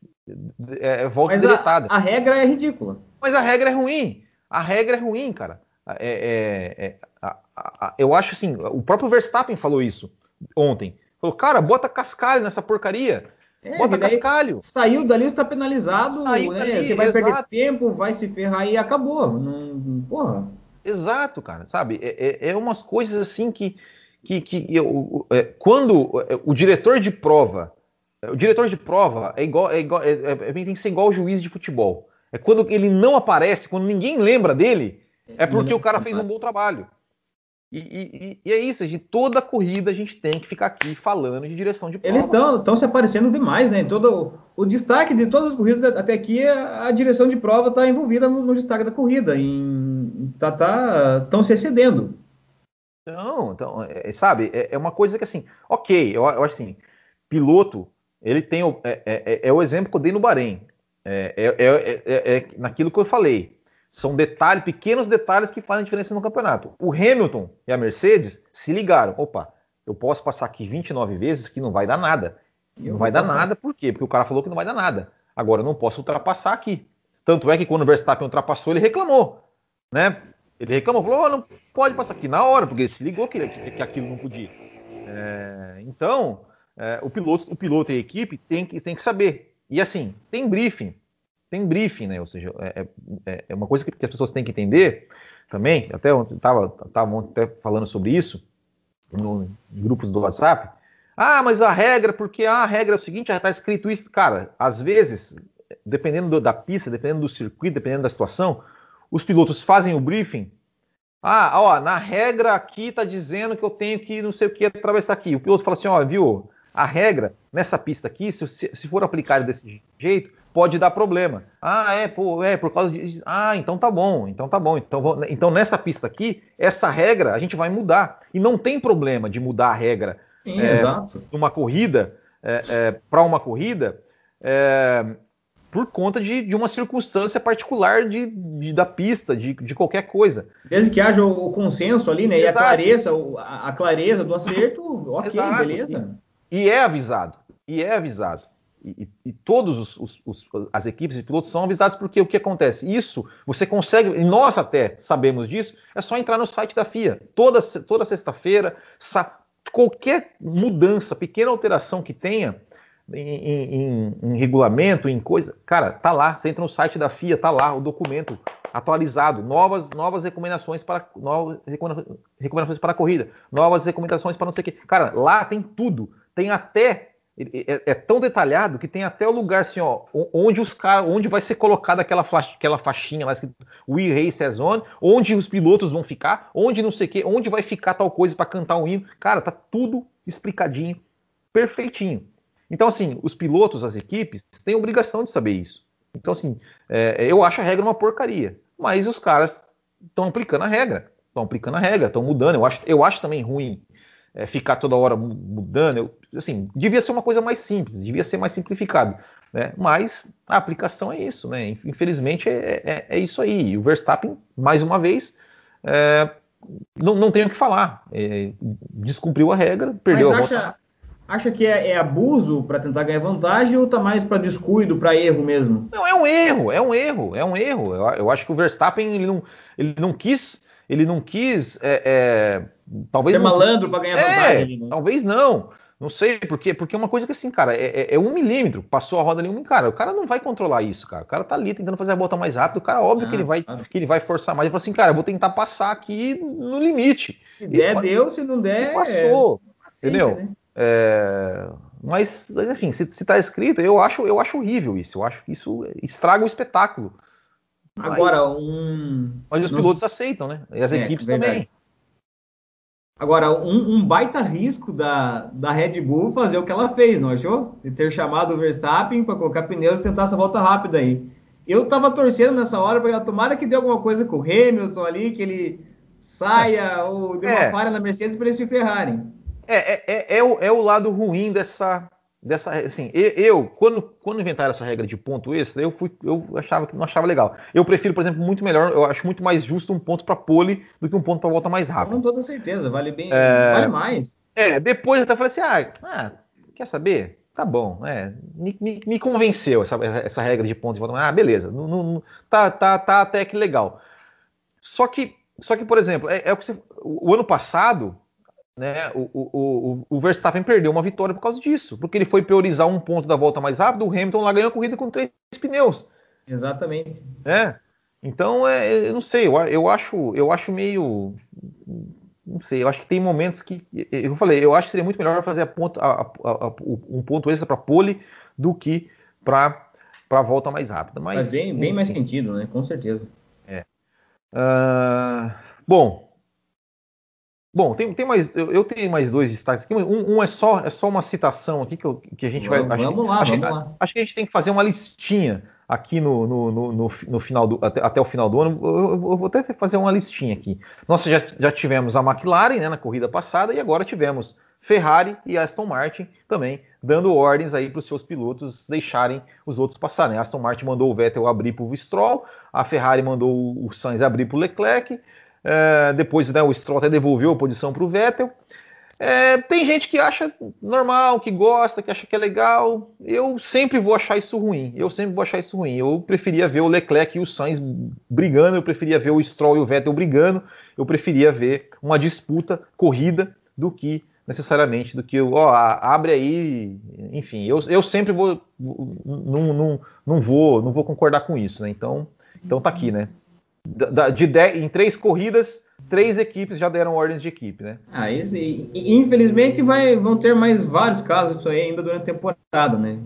é, volta Mas deletada. a, a regra é ridícula. Mas a regra é ruim. A regra é ruim, cara. É, é, é, a, a, a, eu acho assim, o próprio Verstappen falou isso ontem. Falou, cara, bota cascalho nessa porcaria. É, Bota que daí cascalho. saiu dali, está penalizado, Saiu né? dali, Você vai perder exato. tempo, vai se ferrar e acabou. Não, porra. Exato, cara, sabe? É, é, é umas coisas assim que, que, que eu, é, quando o diretor de prova, o diretor de prova é igual, é igual, é, é, tem que ser igual ao juiz de futebol. É quando ele não aparece, quando ninguém lembra dele, é porque o cara fez um bom trabalho. E, e, e é isso, de toda corrida a gente tem que ficar aqui falando de direção de Eles prova. estão se aparecendo demais, né? Todo o, o destaque de todas as corridas até aqui, a, a direção de prova está envolvida no, no destaque da corrida. Em, tá, tá, estão se excedendo. Não, então, é, sabe, é, é uma coisa que assim, ok, eu, eu acho assim, piloto, ele tem o, é, é, é o exemplo que eu dei no Bahrein. É, é, é, é naquilo que eu falei. São detalhes, pequenos detalhes que fazem diferença no campeonato. O Hamilton e a Mercedes se ligaram. Opa, eu posso passar aqui vinte e nove vezes que não vai dar nada. E eu Não vou vai dar passar. nada, por quê? Porque o cara falou que não vai dar nada. Agora eu não posso ultrapassar aqui. Tanto é que quando o Verstappen ultrapassou, ele reclamou, né? Ele reclamou, falou, oh, não pode passar aqui na hora, porque ele se ligou que, que, que aquilo não podia. É, então, é, o, piloto, o piloto e a equipe tem que, tem que saber. E assim, tem briefing. Tem briefing, né? Ou seja, é, é, é uma coisa que, que as pessoas têm que entender também. Até eu estava até falando sobre isso no, em grupos do WhatsApp. Ah, mas a regra, porque ah, a regra é o seguinte, já está escrito isso. Cara, às vezes, dependendo do, da pista, dependendo do circuito, dependendo da situação, os pilotos fazem o briefing. Ah, ó, na regra aqui tá dizendo que eu tenho que não sei o que atravessar aqui. O piloto fala assim, ó, viu, a regra nessa pista aqui, se, se for aplicada desse jeito, pode dar problema. Ah, é, pô, é por causa de... Ah, então tá bom, então tá bom. Então, então nessa pista aqui, essa regra a gente vai mudar. E não tem problema de mudar a regra Sim, é, exato. uma corrida é, é, para uma corrida é, por conta de, de uma circunstância particular de, de, da pista, de, de qualquer coisa. Desde que haja o consenso ali, né? E a Exato. clareza, a, a clareza do acerto, ok, Exato. E, beleza. e é avisado. E é avisado. E, e, e todos os, os, os, as equipes de pilotos são avisados porque o que acontece? Isso você consegue, e nós até sabemos disso, é só entrar no site da F I A. Toda, toda sexta-feira, qualquer mudança, pequena alteração que tenha em, em, em regulamento, em coisa, cara, tá lá. Você entra no site da F I A, tá lá o documento atualizado, novas, novas recomendações para novas recomendações para a corrida, novas recomendações para não sei o que. Cara, lá tem tudo. Tem até é, é tão detalhado que tem até o lugar assim, ó, onde os caras, onde vai ser colocada aquela, faixa, aquela faixinha lá escrito We Race as On, onde os pilotos vão ficar, onde não sei o que, onde vai ficar tal coisa para cantar o hino. Cara, tá tudo explicadinho, perfeitinho. Então, assim, os pilotos, as equipes, têm obrigação de saber isso. Então, assim, é, eu acho a regra uma porcaria, mas os caras estão aplicando a regra, estão aplicando a regra, estão mudando. Eu acho, eu acho também ruim é, ficar toda hora mudando. Eu, assim, devia ser uma coisa mais simples, devia ser mais simplificado, né? Mas a aplicação é isso, né? Infelizmente é, é, é isso aí. E o Verstappen, mais uma vez, é, não, não tem o que falar. É, descumpriu a regra, perdeu Mas a acha, volta. acha que é, é abuso para tentar ganhar vantagem ou tá mais para descuido, para erro mesmo? Não, é um erro, é um erro, é um erro. Eu, eu acho que o Verstappen ele não, ele não quis, ele não quis, é, é, talvez Ser não, malandro para ganhar vantagem é, ali, né? talvez não. Não sei por quê, porque é uma coisa que assim, cara, é, é, é um milímetro, passou a roda ali, um, cara, o cara não vai controlar isso, cara. O cara tá ali tentando fazer a volta mais rápido, o cara, óbvio que ele Ah, vai, claro. que ele vai forçar mais. Ele fala assim, cara, eu vou tentar passar aqui no limite. Se E, der, deu, se não e der, é passou, paciência, entendeu? né? É, mas, enfim, se, se tá escrito, eu acho, eu acho horrível isso. Eu acho que isso estraga o espetáculo. Agora, Mas, um. mas os Não, pilotos aceitam, né? E as é, equipes verdade. também. Agora, um, um baita risco da, da Red Bull fazer o que ela fez, não achou? De ter chamado o Verstappen para colocar pneus e tentar essa volta rápida aí. Eu tava torcendo nessa hora para tomara que dê alguma coisa com o Hamilton ali, que ele saia ou dê uma É, falha na Mercedes para eles se ferrarem. É, é, é, é, o, é o lado ruim dessa. dessa assim, eu, quando, quando inventaram essa regra de ponto extra, eu, fui, eu achava que não achava legal. Eu prefiro, por exemplo, muito melhor, eu acho muito mais justo um ponto para pole do que um ponto para volta mais Com rápido. toda certeza, vale bem, vale mais. É, depois eu até falei assim: ah, ah quer saber? Tá bom, é, me, me, me convenceu essa, essa regra de ponto de volta. Ah, beleza, não, não, tá, tá, tá até que legal. Só que, só que por exemplo, é, é o que você, o, o ano passado. Né, o, o, o, o Verstappen perdeu uma vitória por causa disso, porque ele foi priorizar um ponto da volta mais rápida, o Hamilton lá ganhou a corrida com três pneus. Exatamente. Né? Então, é, eu não sei, eu, eu, acho, eu acho meio. Não sei, eu acho que tem momentos que. Eu falei, eu acho que seria muito melhor fazer a ponta, a, a, a, um ponto extra para pole do que para a volta mais rápida. Faz Mas, bem, bem mais enfim. sentido, né? Com certeza. É. Uh, bom, Bom, tem, tem mais, eu, eu tenho mais dois destaques aqui. Um, um é só é só uma citação aqui que, eu, que a gente vai. Vamos, Acho que, vamos lá, acho, que, vamos lá. acho que a gente tem que fazer uma listinha aqui no, no, no, no, no final do, até, até o final do ano. Eu, eu vou até fazer uma listinha aqui. Nós já, já tivemos a McLaren, né, na corrida passada e agora tivemos Ferrari e Aston Martin também dando ordens aí para os seus pilotos deixarem os outros passarem. A Aston Martin mandou o Vettel abrir para o Stroll, a Ferrari mandou o Sainz abrir para o Leclerc. É, depois, né, o Stroll até devolveu a posição para o Vettel. É, tem gente que acha normal, que gosta, que acha que é legal. Eu sempre vou achar isso ruim. Eu sempre vou achar isso ruim. Eu preferia ver o Leclerc e o Sainz brigando. Eu preferia ver o Stroll e o Vettel brigando. Eu preferia ver uma disputa corrida do que necessariamente do que ó, abre aí. Enfim, eu, eu sempre vou não, não, não vou não vou concordar com isso, né? Então, então tá aqui, né? De dez, em três corridas, três equipes já deram ordens de equipe, né? Ah, esse, infelizmente vai, vão ter mais vários casos disso aí ainda durante a temporada, né?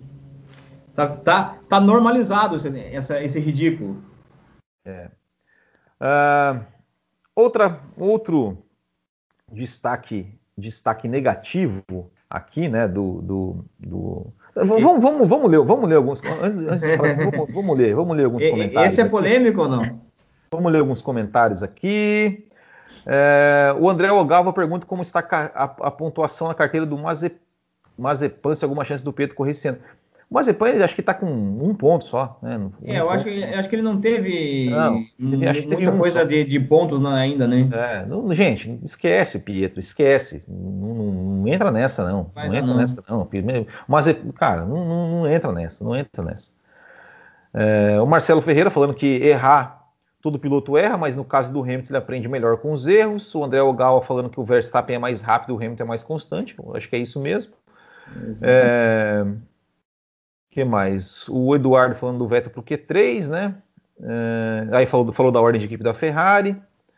Tá, tá, tá normalizado esse, essa, esse ridículo. É. Uh, outra, outro destaque, destaque negativo aqui, né? Do, do, do... Vamos, vamos, vamos ler, vamos ler alguns. Antes, antes de falar assim, vamos, vamos ler, vamos ler alguns Esse comentários é aqui. polêmico ou não? Vamos ler alguns comentários aqui. É, o André Ogalva pergunta como está a, a pontuação na carteira do Maze, Mazepan, se alguma chance do Pedro correr esse ano. O Mazepan, ele acho que está com um ponto só, né? É, Um eu acho, ponto eu só. acho que ele não Não, teve teve, acho que teve muita um coisa só. de, de pontos ainda, né? É, não, gente, esquece, Pietro, esquece. Não, não, não entra nessa, não. Vai Não dar entra não. nessa, não. Mas, cara, não, não, não entra nessa, não entra nessa. É, o Marcelo Ferreira falando que errar, todo piloto erra, mas no caso do Hamilton ele aprende melhor com os erros. O André Ogawa falando que o Verstappen é mais rápido, o Hamilton é mais constante. Eu acho que é isso mesmo. Exatamente. É, que mais? O Eduardo falando do Vettel pro Q três, né? É, aí falou, falou da ordem de equipe da Ferrari.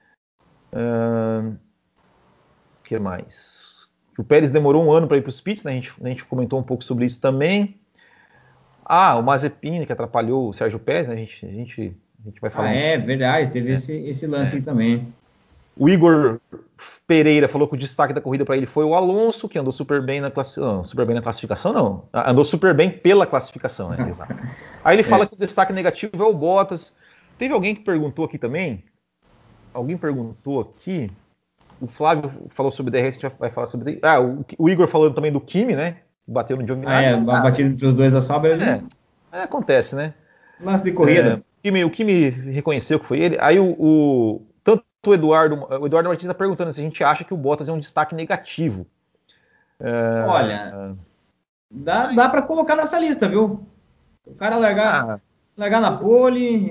O que mais? O Pérez demorou um ano para ir para os pits, né? a, gente, a gente comentou um pouco sobre isso também. Ah, o Mazepin, que atrapalhou o Sérgio Pérez, né? a, gente, a, gente, a gente vai falar Ah, um é verdade, teve pouco. esse, esse lance É. aí também. O Igor Pereira falou que o destaque da corrida para ele foi o Alonso, que andou super bem na classificação. Super bem na classificação, não. Andou super bem pela classificação, né? Exato. Aí ele fala É. que o destaque negativo é o Bottas. Teve alguém que perguntou aqui também. Alguém perguntou aqui. O Flávio falou sobre D R S, a gente vai falar sobre. Ah, o, o Igor falando também do Kimi, né? Bateu no Ah, Giovinazzi, é, a mas ah, batida entre os dois da Sauber é, ali, é, acontece, né? lance de É, corrida. o, Kimi, o Kimi reconheceu que foi ele. Aí o, o tanto o Eduardo, o Eduardo Martins está perguntando se a gente acha que o Bottas é um destaque negativo. Olha, É, dá, dá para colocar nessa lista, viu? O cara largar, ah, largar na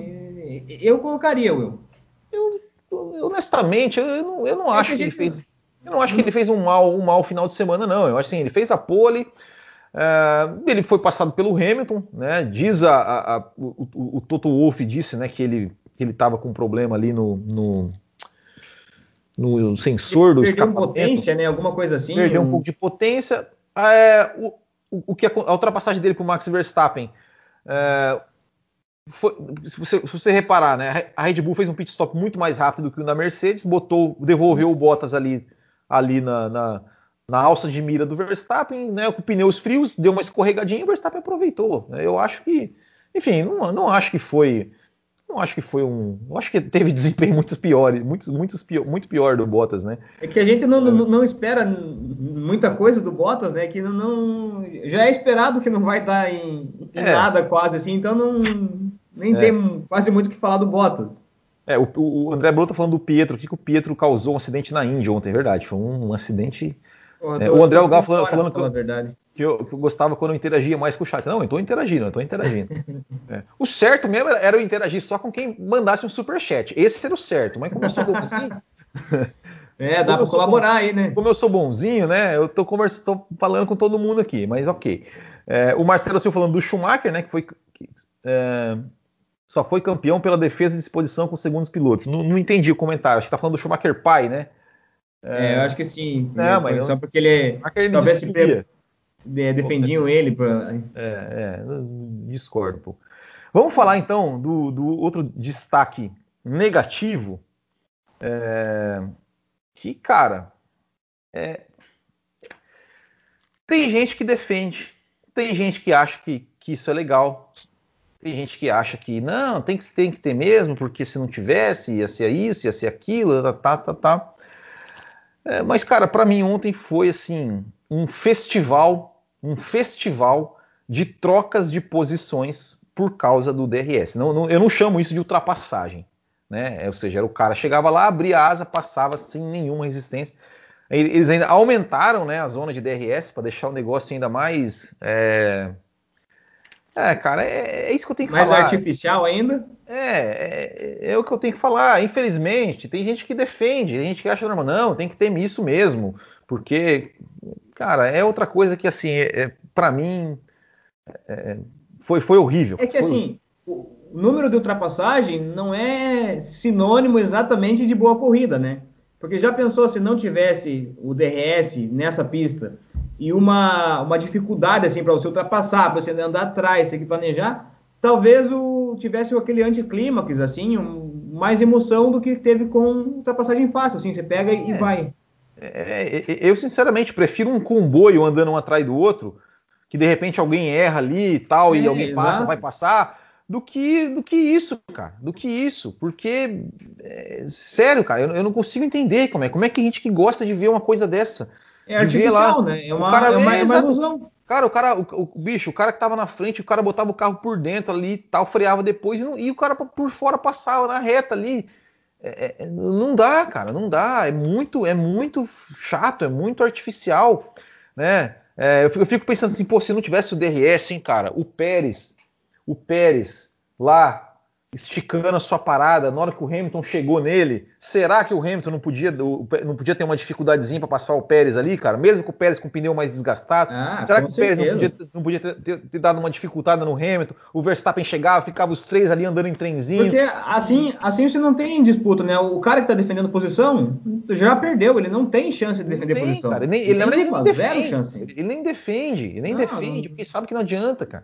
pole, eu colocaria, Will. eu, honestamente, eu não, eu não É que acho a que ele gente, fez. Eu não acho que ele fez um mal, um mal final de semana, não. Eu acho assim, ele fez a pole, uh, ele foi passado pelo Hamilton, né? Diz a, a, a o, o, o Toto Wolff disse, né, que ele que ele estava com um problema ali no, no, no sensor do perdeu escapamento. potência, né? Alguma coisa assim. Perdeu um, um pouco de potência. É, o, o, o que a, a ultrapassagem dele para o Max Verstappen. É, Foi, se, você, se você reparar, né, a Red Bull fez um pit stop muito mais rápido que o da Mercedes, botou, devolveu o Bottas ali, ali na, na, na alça de mira do Verstappen, né, com pneus frios, deu uma escorregadinha e o Verstappen aproveitou. Eu acho que, enfim, não, não acho que foi, não acho que foi um, eu acho que teve desempenho muito pior, muito, muito, pior, muito pior do Bottas, né? É que a gente não, não, não espera muita coisa do Bottas, né? Que não, não já é esperado que não vai dar em, em É. nada quase assim, então não nem É. tem quase muito o que falar do Bottas. É, o, o André Bruno tá falando do Pietro, o que, que o Pietro causou um acidente na Índia ontem, é verdade, foi um, um acidente. Pô, eu É, tô, o eu André tô Gal por falando, fora, falando pra que, falar a eu, verdade. que, eu, que eu gostava quando eu interagia mais com o chat. Não, eu tô interagindo, eu tô interagindo. É. O certo mesmo era eu interagir só com quem mandasse um superchat. Esse era o certo, mas como eu sou bonzinho. É, dá como eu pra sou colaborar bom, aí, né? como eu sou bonzinho, né? Eu tô, conversa, tô falando com todo mundo aqui, mas ok. É, o Marcelo Silva falando do Schumacher, né? Que foi. Que, é, só foi campeão pela defesa de disposição com segundos pilotos. Não, não entendi o comentário. Acho que tá falando do Schumacher pai, né? É, eu acho que sim. Não, mas Foi não, só porque ele Schumacher ele talvez disse se que pre- ia. de- defendiam ele. Pra... É, é, discordo, pô. Vamos falar então do, do outro destaque negativo. É, que, cara, é, tem gente que defende, tem gente que acha que, que isso é legal, tem gente que acha que não, tem que, tem que ter mesmo, porque se não tivesse, ia ser isso, ia ser aquilo, tá, tá, tá. tá. É, mas, cara, para mim ontem foi assim um festival, um festival de trocas de posições por causa do D R S. Não, não, eu não chamo isso de ultrapassagem, né? Ou seja, o cara chegava lá, abria a asa, passava sem nenhuma resistência. Eles ainda aumentaram, né, a zona de D R S para deixar o negócio ainda mais. É, é cara, é, é isso que eu tenho que Mais falar. artificial ainda. É, é, é o que eu tenho que falar. Infelizmente, tem gente que defende, tem gente que acha normal. Não, tem que ter isso mesmo, porque, cara, é outra coisa que, assim, é, é, para mim, é, foi, foi horrível. É que Foi, assim, o número de ultrapassagem não é sinônimo exatamente de boa corrida, né? Porque já pensou se não tivesse o D R S nessa pista e uma, uma dificuldade assim para você ultrapassar, para você andar atrás, ter que planejar, talvez o tivesse aquele anticlímax assim, um, mais emoção do que teve com ultrapassagem fácil, assim, você pega e é, vai. é, é, eu, sinceramente, prefiro um comboio andando um atrás do outro, que de repente alguém erra ali e tal, e É, alguém passa, vai exato. passar, do que, do que isso, cara. Do que isso. Porque, é, sério, cara, eu, eu não consigo entender como é. Como é que a gente que gosta de ver uma coisa dessa? É De ver lá. artificial, né? É O uma, cara. é uma, É é uma exato. ilusão. Cara, o cara, o, o bicho, o cara que tava na frente, o cara botava o carro por dentro ali e tal, freava depois, e, não, e o cara por fora passava na reta ali. É, é, não dá, cara, não dá. É muito, é muito chato, é muito artificial, né? É, eu, fico, eu fico pensando assim, pô, se não tivesse o D R S, hein, cara, o Pérez, o Pérez lá esticando a sua parada, na hora que o Hamilton chegou nele, será que o Hamilton não podia, não podia ter uma dificuldadezinha para passar o Pérez ali, cara? Mesmo com o Pérez com o pneu mais desgastado, Ah, será com que o Pérez não podia, certeza. não podia ter, ter, ter dado uma dificultada no Hamilton? O Verstappen chegava, ficava os três ali andando em trenzinho. Porque assim, assim você não tem disputa, né? O cara que está defendendo posição já perdeu, ele não tem chance de Não defender tem, cara. posição. Ele, nem, ele, na verdade, ele nem Nenhuma, zero defende. Pô. chance. Ele nem defende. Ele nem Não, defende, não. porque sabe que não adianta, cara.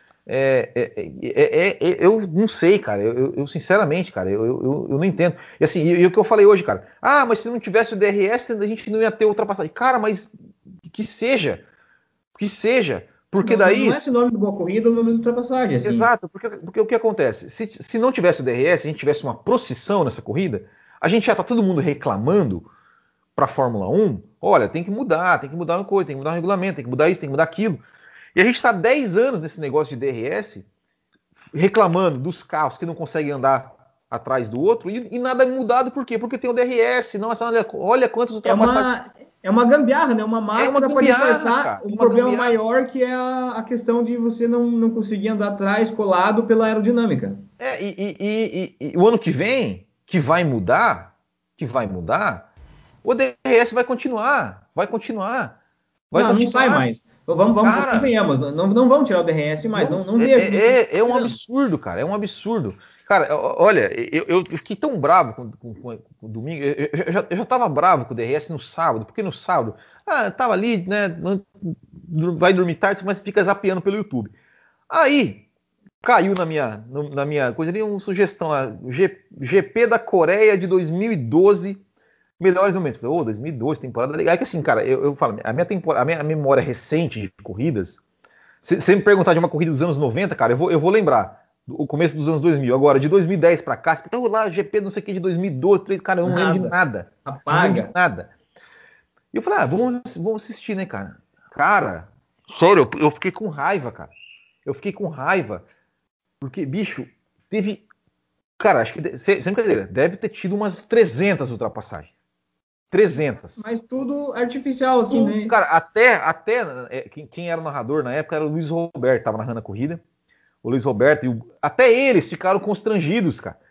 É, é, é, é, é, eu não sei, cara. Eu, eu, eu sinceramente, cara, eu, eu, eu não entendo. E assim, e, e o que eu falei hoje, cara. Ah, mas se não tivesse o D R S, a gente não ia ter ultrapassagem. Cara, mas que seja. Que seja. Porque Não, não daí. é sinônimo de boa corrida o número de ultrapassagem, assim. Exato, porque, porque o que acontece? Se, se não tivesse o D R S, se a gente tivesse uma procissão nessa corrida, a gente já tá todo mundo reclamando para a Fórmula um, olha, tem que mudar, tem que mudar uma coisa, tem que mudar o regulamento, tem que mudar isso, tem que mudar aquilo. E a gente está dez anos nesse negócio de D R S, reclamando dos carros que não conseguem andar atrás do outro, e, e nada é mudado, por quê? Porque tem o D R S, nossa, olha, olha quantas É ultrapassagens. uma, é uma gambiarra, né? Uma É uma máscara para gambiarra, disfarçar cara, é um uma problema gambiarra. maior que é a, a questão de você não, não conseguir andar atrás colado pela aerodinâmica. É, e, e, e, e, o ano que vem, que vai mudar, que vai mudar, O D R S vai continuar, vai continuar, vai não, continuar. não sai mais. Vamos, vamos, cara, convenhamos, não, não vamos tirar o D R S mais, não, não, não vejo. É, é, é um absurdo, cara, é um absurdo. Cara, olha, eu, eu fiquei tão bravo com, com, com, com o domingo, eu, eu, já, eu já tava bravo com o D R S no sábado, porque no sábado, ah, tava ali, né, vai dormir tarde, mas fica zapeando pelo YouTube. Aí, caiu na minha, na minha coisa ali, uma sugestão lá, G, GP da Coreia de dois mil e doze, melhores momentos. Falei, ô, oh, dois mil e doze, temporada legal. É que assim, cara, eu, eu falo, a minha, temporada, a minha memória recente de corridas, se você me perguntar de uma corrida dos anos noventa, cara, eu vou, eu vou lembrar. O começo dos anos dois mil. Agora, de dois mil e dez pra cá, você então lá, G P não sei o que de dois mil e doze, dois mil e treze, cara, eu não nada. lembro de nada. Apaga. Não lembro de nada. E eu falei, ah, vamos, vamos assistir, né, cara? Cara, sério, eu, eu fiquei com raiva, cara. Eu fiquei com raiva. Porque, bicho, teve... Cara, acho que, sem brincadeira, deve ter tido umas trezentas ultrapassagens. trezentas. Mas tudo artificial, assim, tudo, né? Cara, até, até é, quem, quem era o narrador na época era o Luiz Roberto, tava narrando a corrida. O Luiz Roberto, e o, até eles ficaram constrangidos, cara.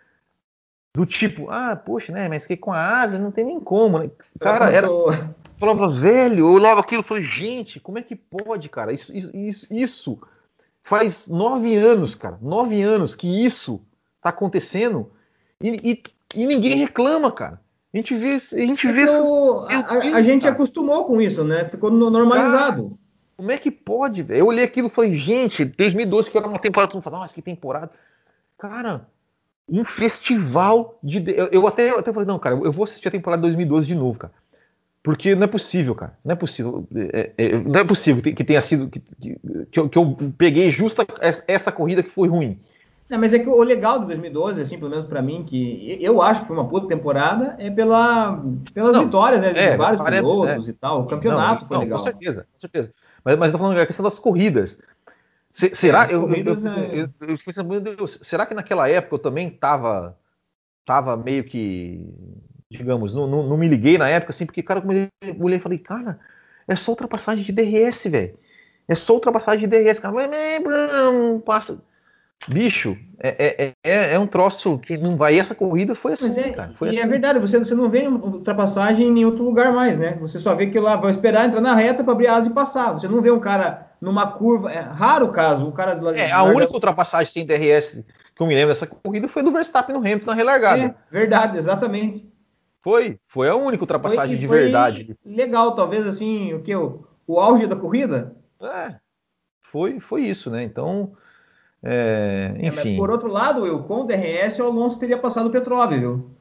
Do tipo, ah, poxa, né, mas que com a asa não tem nem como, né? Cara, era... Falava, velho, eu olhava aquilo e falei, gente, como é que pode, cara? Isso, isso, isso faz nove anos, cara, nove anos que isso tá acontecendo e, e, e ninguém reclama, cara. A gente vê, a gente é vê essas... o, a, Deus, a gente cara. acostumou com isso, né? Ficou normalizado. Cara, como é que pode, velho? Eu olhei aquilo e falei, gente, dois mil e doze, que era uma temporada, todo mundo fala, nossa, que temporada. Cara, um festival de... Eu, eu, até, eu até falei, não, cara, eu vou assistir a temporada de dois mil e doze de novo, cara. Porque não é possível, cara. Não é possível. É, é, não é possível que, que tenha sido... Que, que, que, eu, que eu peguei justo essa corrida que foi ruim. Não, mas é que o legal de dois mil e doze, assim, pelo menos pra mim, que eu acho que foi uma puta temporada, é pela, pelas não, vitórias, né, de é, vários parece, pilotos é, e tal. O campeonato não, foi não, legal. Com certeza, com certeza. Mas, mas eu tô falando da questão das corridas. Se, será, é, eu, corridas eu, eu, é... eu, eu, meu Deus, será que naquela época eu também tava, tava meio que, digamos, não, não, não me liguei na época, assim, porque, cara, eu comecei a olhar e falei, cara, é só ultrapassagem de D R S, velho. É só ultrapassagem de D R S, cara. Mas, não passa... Bicho, é, é, é, é um troço que não vai. E essa corrida foi assim, é, cara. Foi e assim. é verdade, você, você não vê ultrapassagem em outro lugar mais, né? Você só vê que lá vai esperar entrar na reta para abrir a asa e passar. Você não vê um cara numa curva. É raro o caso. O cara do, é, a única larga... ultrapassagem sem D R S que eu me lembro dessa corrida foi do Verstappen no Hamilton na relargada. É, verdade, exatamente. Foi, foi a única ultrapassagem foi, de foi verdade. Legal, talvez assim, o que? O, o auge da corrida? É, foi, foi isso, né? Então. É, enfim. É, por outro lado, eu, com o D R S, o Alonso teria passado o Petrov, viu?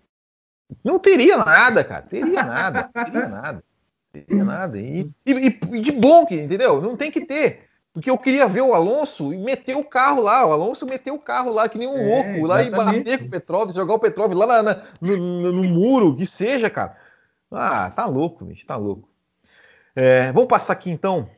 Não teria nada, cara. Teria nada. Teria nada. Teria nada. E, e, e de bom, entendeu? Não tem que ter. Porque eu queria ver o Alonso e meter o carro lá. O Alonso meteu o carro lá, que nem um é, louco, lá exatamente. E bater com o Petrov, jogar o Petrov lá na, na, no, no, no muro, que seja, cara. Ah, tá louco, bicho, tá louco. É, vamos passar aqui então.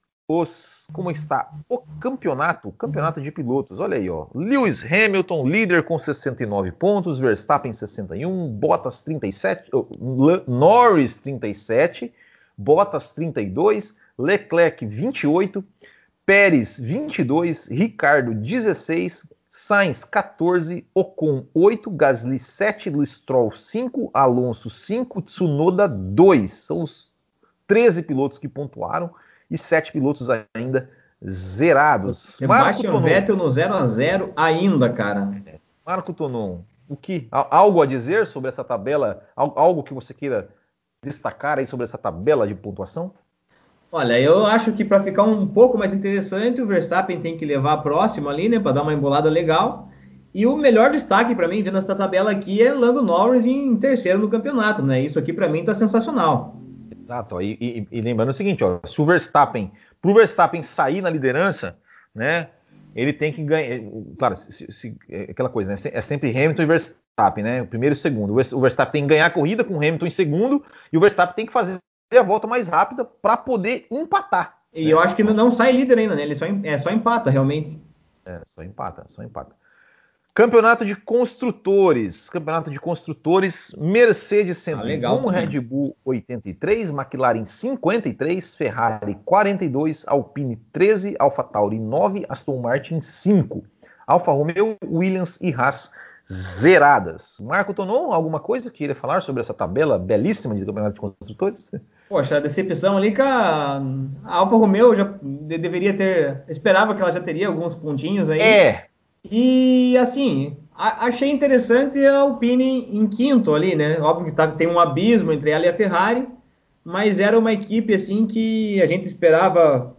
Os, como está o campeonato, o campeonato de pilotos, olha aí, ó, Lewis Hamilton, líder com sessenta e nove pontos, Verstappen sessenta e um, Bottas trinta e sete, oh, Norris trinta e sete, Bottas trinta e dois, Leclerc vinte e oito, Pérez vinte e dois, Ricardo dezesseis, Sainz quatorze, Ocon oito, Gasly sete, Stroll cinco, Alonso cinco, Tsunoda dois, são os treze pilotos que pontuaram e sete pilotos ainda zerados. Sebastian Vettel no zero a zero ainda, cara. Marco Tonon, o que? Algo a dizer sobre essa tabela? Algo que você queira destacar aí sobre essa tabela de pontuação? Olha, eu acho que para ficar um pouco mais interessante, o Verstappen tem que levar a próxima ali, né, para dar uma embolada legal. E o melhor destaque para mim, vendo essa tabela aqui, é Lando Norris em terceiro no campeonato, né? Isso aqui para mim tá sensacional. Exato, ó, e, e, e lembrando o seguinte, ó, se o Verstappen, pro Verstappen sair na liderança, né, ele tem que ganhar, claro, se, se, aquela coisa, né, é sempre Hamilton e Verstappen, né, o primeiro e o segundo, o Verstappen tem que ganhar a corrida com o Hamilton em segundo, e o Verstappen tem que fazer a volta mais rápida para poder empatar. E né? Eu acho que não sai líder ainda, né, ele só, é, só empata, realmente. É, só empata, só empata. Campeonato de Construtores. Campeonato de Construtores, Mercedes cento e um, ah, Red Bull oitenta e três, McLaren cinquenta e três, Ferrari quarenta e dois, Alpine treze, AlphaTauri nove, Aston Martin cinco. Alfa Romeo, Williams e Haas zeradas. Marco Tonon, alguma coisa que queria falar sobre essa tabela belíssima de campeonato de construtores? Poxa, a decepção ali que a, a Alfa Romeo já de- deveria ter. Esperava que ela já teria alguns pontinhos aí. É, E assim, a- achei interessante a Alpine em quinto ali, né? Óbvio que tá- tem um abismo entre ela e a Ferrari, mas era uma equipe assim que a gente esperava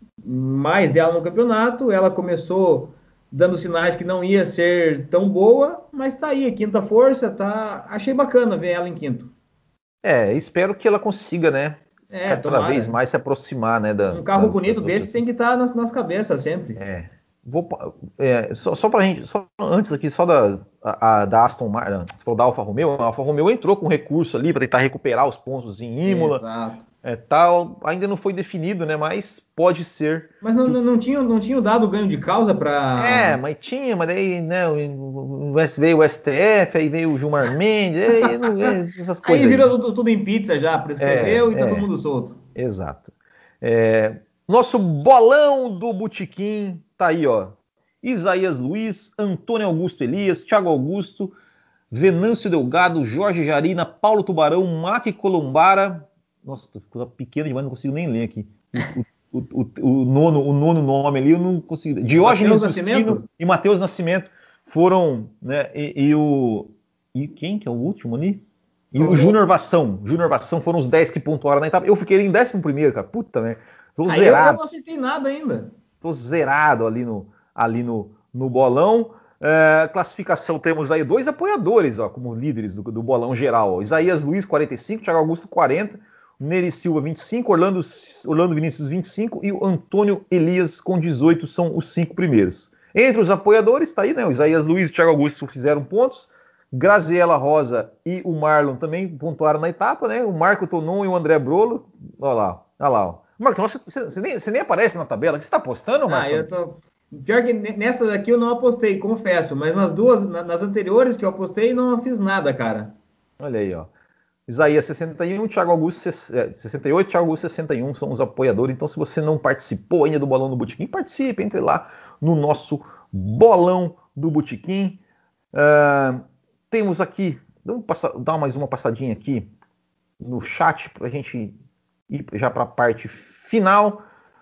mais dela no campeonato. Ela começou dando sinais que não ia ser tão boa, mas tá aí, a quinta força, tá. Achei bacana ver ela em quinto. é, espero que ela consiga, né, É, cada vez tomara. mais se aproximar, né, da- Um carro das, bonito das desse outras. tem que estar nas, nas cabeças sempre. É, vou, pa- é, só, só pra gente, só antes aqui, só da, a, a- da Aston Martin, você falou da Alfa Romeo, a Alfa Romeo entrou com recurso ali para tentar recuperar os pontos em Imola, Exato. é, tal, ainda não foi definido, né, mas pode ser Mas não, que o não, não tinham, não tinham dado ganho de causa é, para. mas tinha, mas daí, né, o- o- veio o S T F, aí veio o Gilmar Mendes, aí, não- é, essas Aí coisas aí. virou tudo, tudo em pizza já, É, prescreveu e tá todo é, mundo solto. exato. É, nosso bolão do Botequim tá aí, ó. Isaías Luiz, Antônio Augusto Elias, Thiago Augusto, Venâncio Delgado, Jorge Jarina, Paulo Tubarão, Mac Colombara. Nossa, ficou pequeno demais, não consigo nem ler aqui. O, o, o, o, nono, o nono nome ali, eu não consigo. Diógenes Matheus Justino Nascimento? e Matheus Nascimento foram, né? E, e o. E quem que é o último ali? E o O- Júnior Vação. Júnior Vação foram os dez que pontuaram na etapa. Eu fiquei em décimo primeiro, cara. Puta, né? Tô Aí eu, eu zerado. não acertei nada ainda. Tô zerado ali no, ali no, no bolão. É, classificação, temos aí dois apoiadores, ó, como líderes do, do bolão geral. Ó. Isaías Luiz, quarenta e cinco, Thiago Augusto, quarenta, Nery Silva, vinte e cinco, Orlando, Orlando Vinícius, vinte e cinco e o Antônio Elias, com dezoito, são os cinco primeiros. Entre os apoiadores, tá aí, né? O Isaías Luiz e o Thiago Augusto fizeram pontos. Graziela Rosa e o Marlon também pontuaram na etapa, né? O Marco Tonon e o André Brolo. Olha lá, olha lá. Marco, você, você, nem, você nem aparece na tabela. Você está apostando, Ah, Marco? eu tô. Pior que nessa daqui eu não apostei, confesso, mas nas duas, nas anteriores que eu apostei, não fiz nada, cara. Olha aí, ó. Isaías sessenta e um, Thiago Augusto sessenta e oito, Thiago Augusto sessenta e um são os apoiadores. Então, se você não participou ainda do Bolão do Botequim, participe, entre lá no nosso Bolão do Botequim. Uh, temos aqui, vamos passar, dar mais uma passadinha aqui no chat para a gente ir já para a parte final.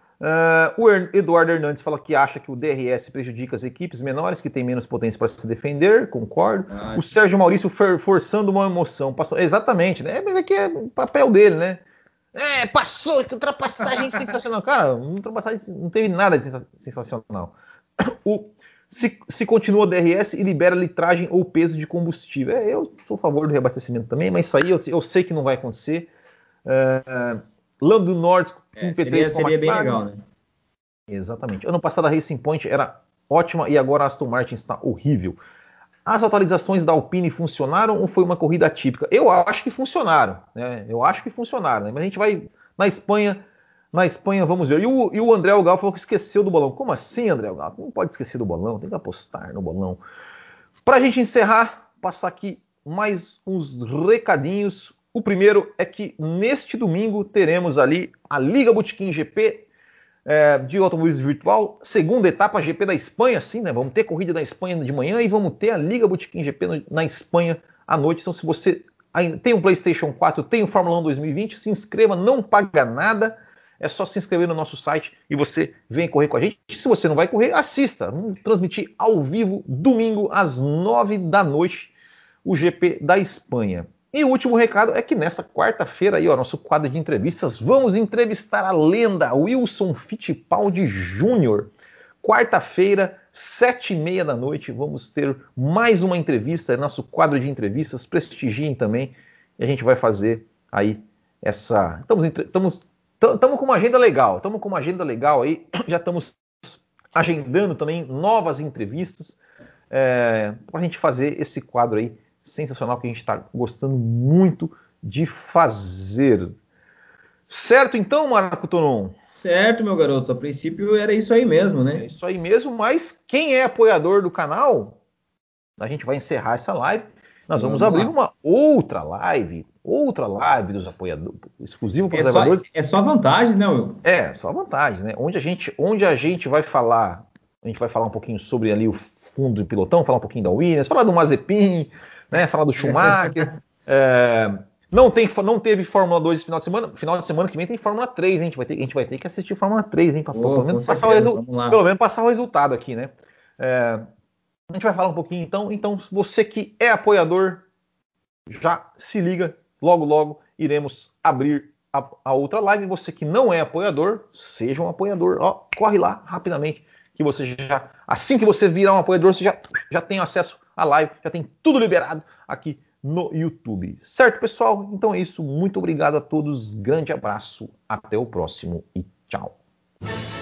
Uh, o Eduardo Hernandes fala que acha que o D R S prejudica as equipes menores que têm menos potência para se defender, concordo. Ah, o Sérgio Maurício for, forçando uma emoção. Passou, exatamente, né? Mas aqui é o papel dele, né? É, passou, que ultrapassagem sensacional. Cara, ultrapassagem não teve nada de sensacional. O, se, se continua o D R S e libera litragem ou peso de combustível. É, eu sou a favor do reabastecimento também, mas isso aí eu, eu sei que não vai acontecer. Uh, Lando Norris com É, P três seria, com a seria bem McLaren. legal, né? Exatamente. Ano passado a Racing Point era ótima e agora a Aston Martin está horrível. As atualizações da Alpine funcionaram ou foi uma corrida atípica? Eu acho que funcionaram, né? Eu acho que funcionaram, né? Mas a gente vai na Espanha, na Espanha vamos ver. E o, e o André Algal falou que esqueceu do bolão. Como assim, André Algal? Não pode esquecer do bolão, tem que apostar no bolão. Para a gente encerrar, passar aqui mais uns recadinhos. O primeiro é que neste domingo teremos ali a Liga Botequim G P é, de automobilismo virtual, segunda etapa G P da Espanha, sim, né? Vamos ter corrida na Espanha de manhã e vamos ter a Liga Botequim G P no, na Espanha à noite. Então, se você tem um PlayStation quatro, tem o Fórmula um dois mil e vinte, se inscreva, não paga nada. É só se inscrever no nosso site e você vem correr com a gente. Se você não vai correr, assista. Vamos transmitir ao vivo, domingo, às nove da noite, o G P da Espanha. E o último recado é que nessa quarta-feira, aí, ó, nosso quadro de entrevistas, vamos entrevistar a lenda Wilson Fittipaldi Júnior Quarta-feira, sete e meia da noite, vamos ter mais uma entrevista, nosso quadro de entrevistas, prestigiem também, e a gente vai fazer aí essa... Estamos, estamos, estamos com uma agenda legal, estamos com uma agenda legal aí, já estamos agendando também novas entrevistas, é, para a gente fazer esse quadro aí sensacional que a gente está gostando muito de fazer. Certo então, Marco Tonon? Certo, meu garoto. A princípio era isso aí mesmo, né? É isso aí mesmo, mas quem é apoiador do canal, a gente vai encerrar essa live. Nós vamos, vamos abrir lá. Uma outra live, outra live dos apoiadores, exclusivo para os é apoiadores. É só vantagem, né, Will? É, só vantagem, né? Onde a gente, onde a gente vai falar, a gente vai falar um pouquinho sobre ali o fundo de pilotão, falar um pouquinho da Williams, falar do Mazepin, né, falar do Schumacher. é, não, tem, não teve Fórmula dois esse final de semana. Final de semana que vem tem Fórmula três, hein? A gente vai ter, a gente vai ter que assistir Fórmula três, hein? Pra, oh, pelo, menos passar o resu- pelo menos passar o resultado aqui, né? É, a gente vai falar um pouquinho então. Então, você que é apoiador, já se liga, logo, logo iremos abrir a, a outra live. Você que não é apoiador, seja um apoiador. Ó, corre lá rapidamente, que você já, assim que você virar um apoiador, você já, já tem acesso à live, já tem tudo liberado aqui no YouTube. Certo, pessoal? Então é isso. Muito obrigado a todos. Grande abraço. Até o próximo e tchau.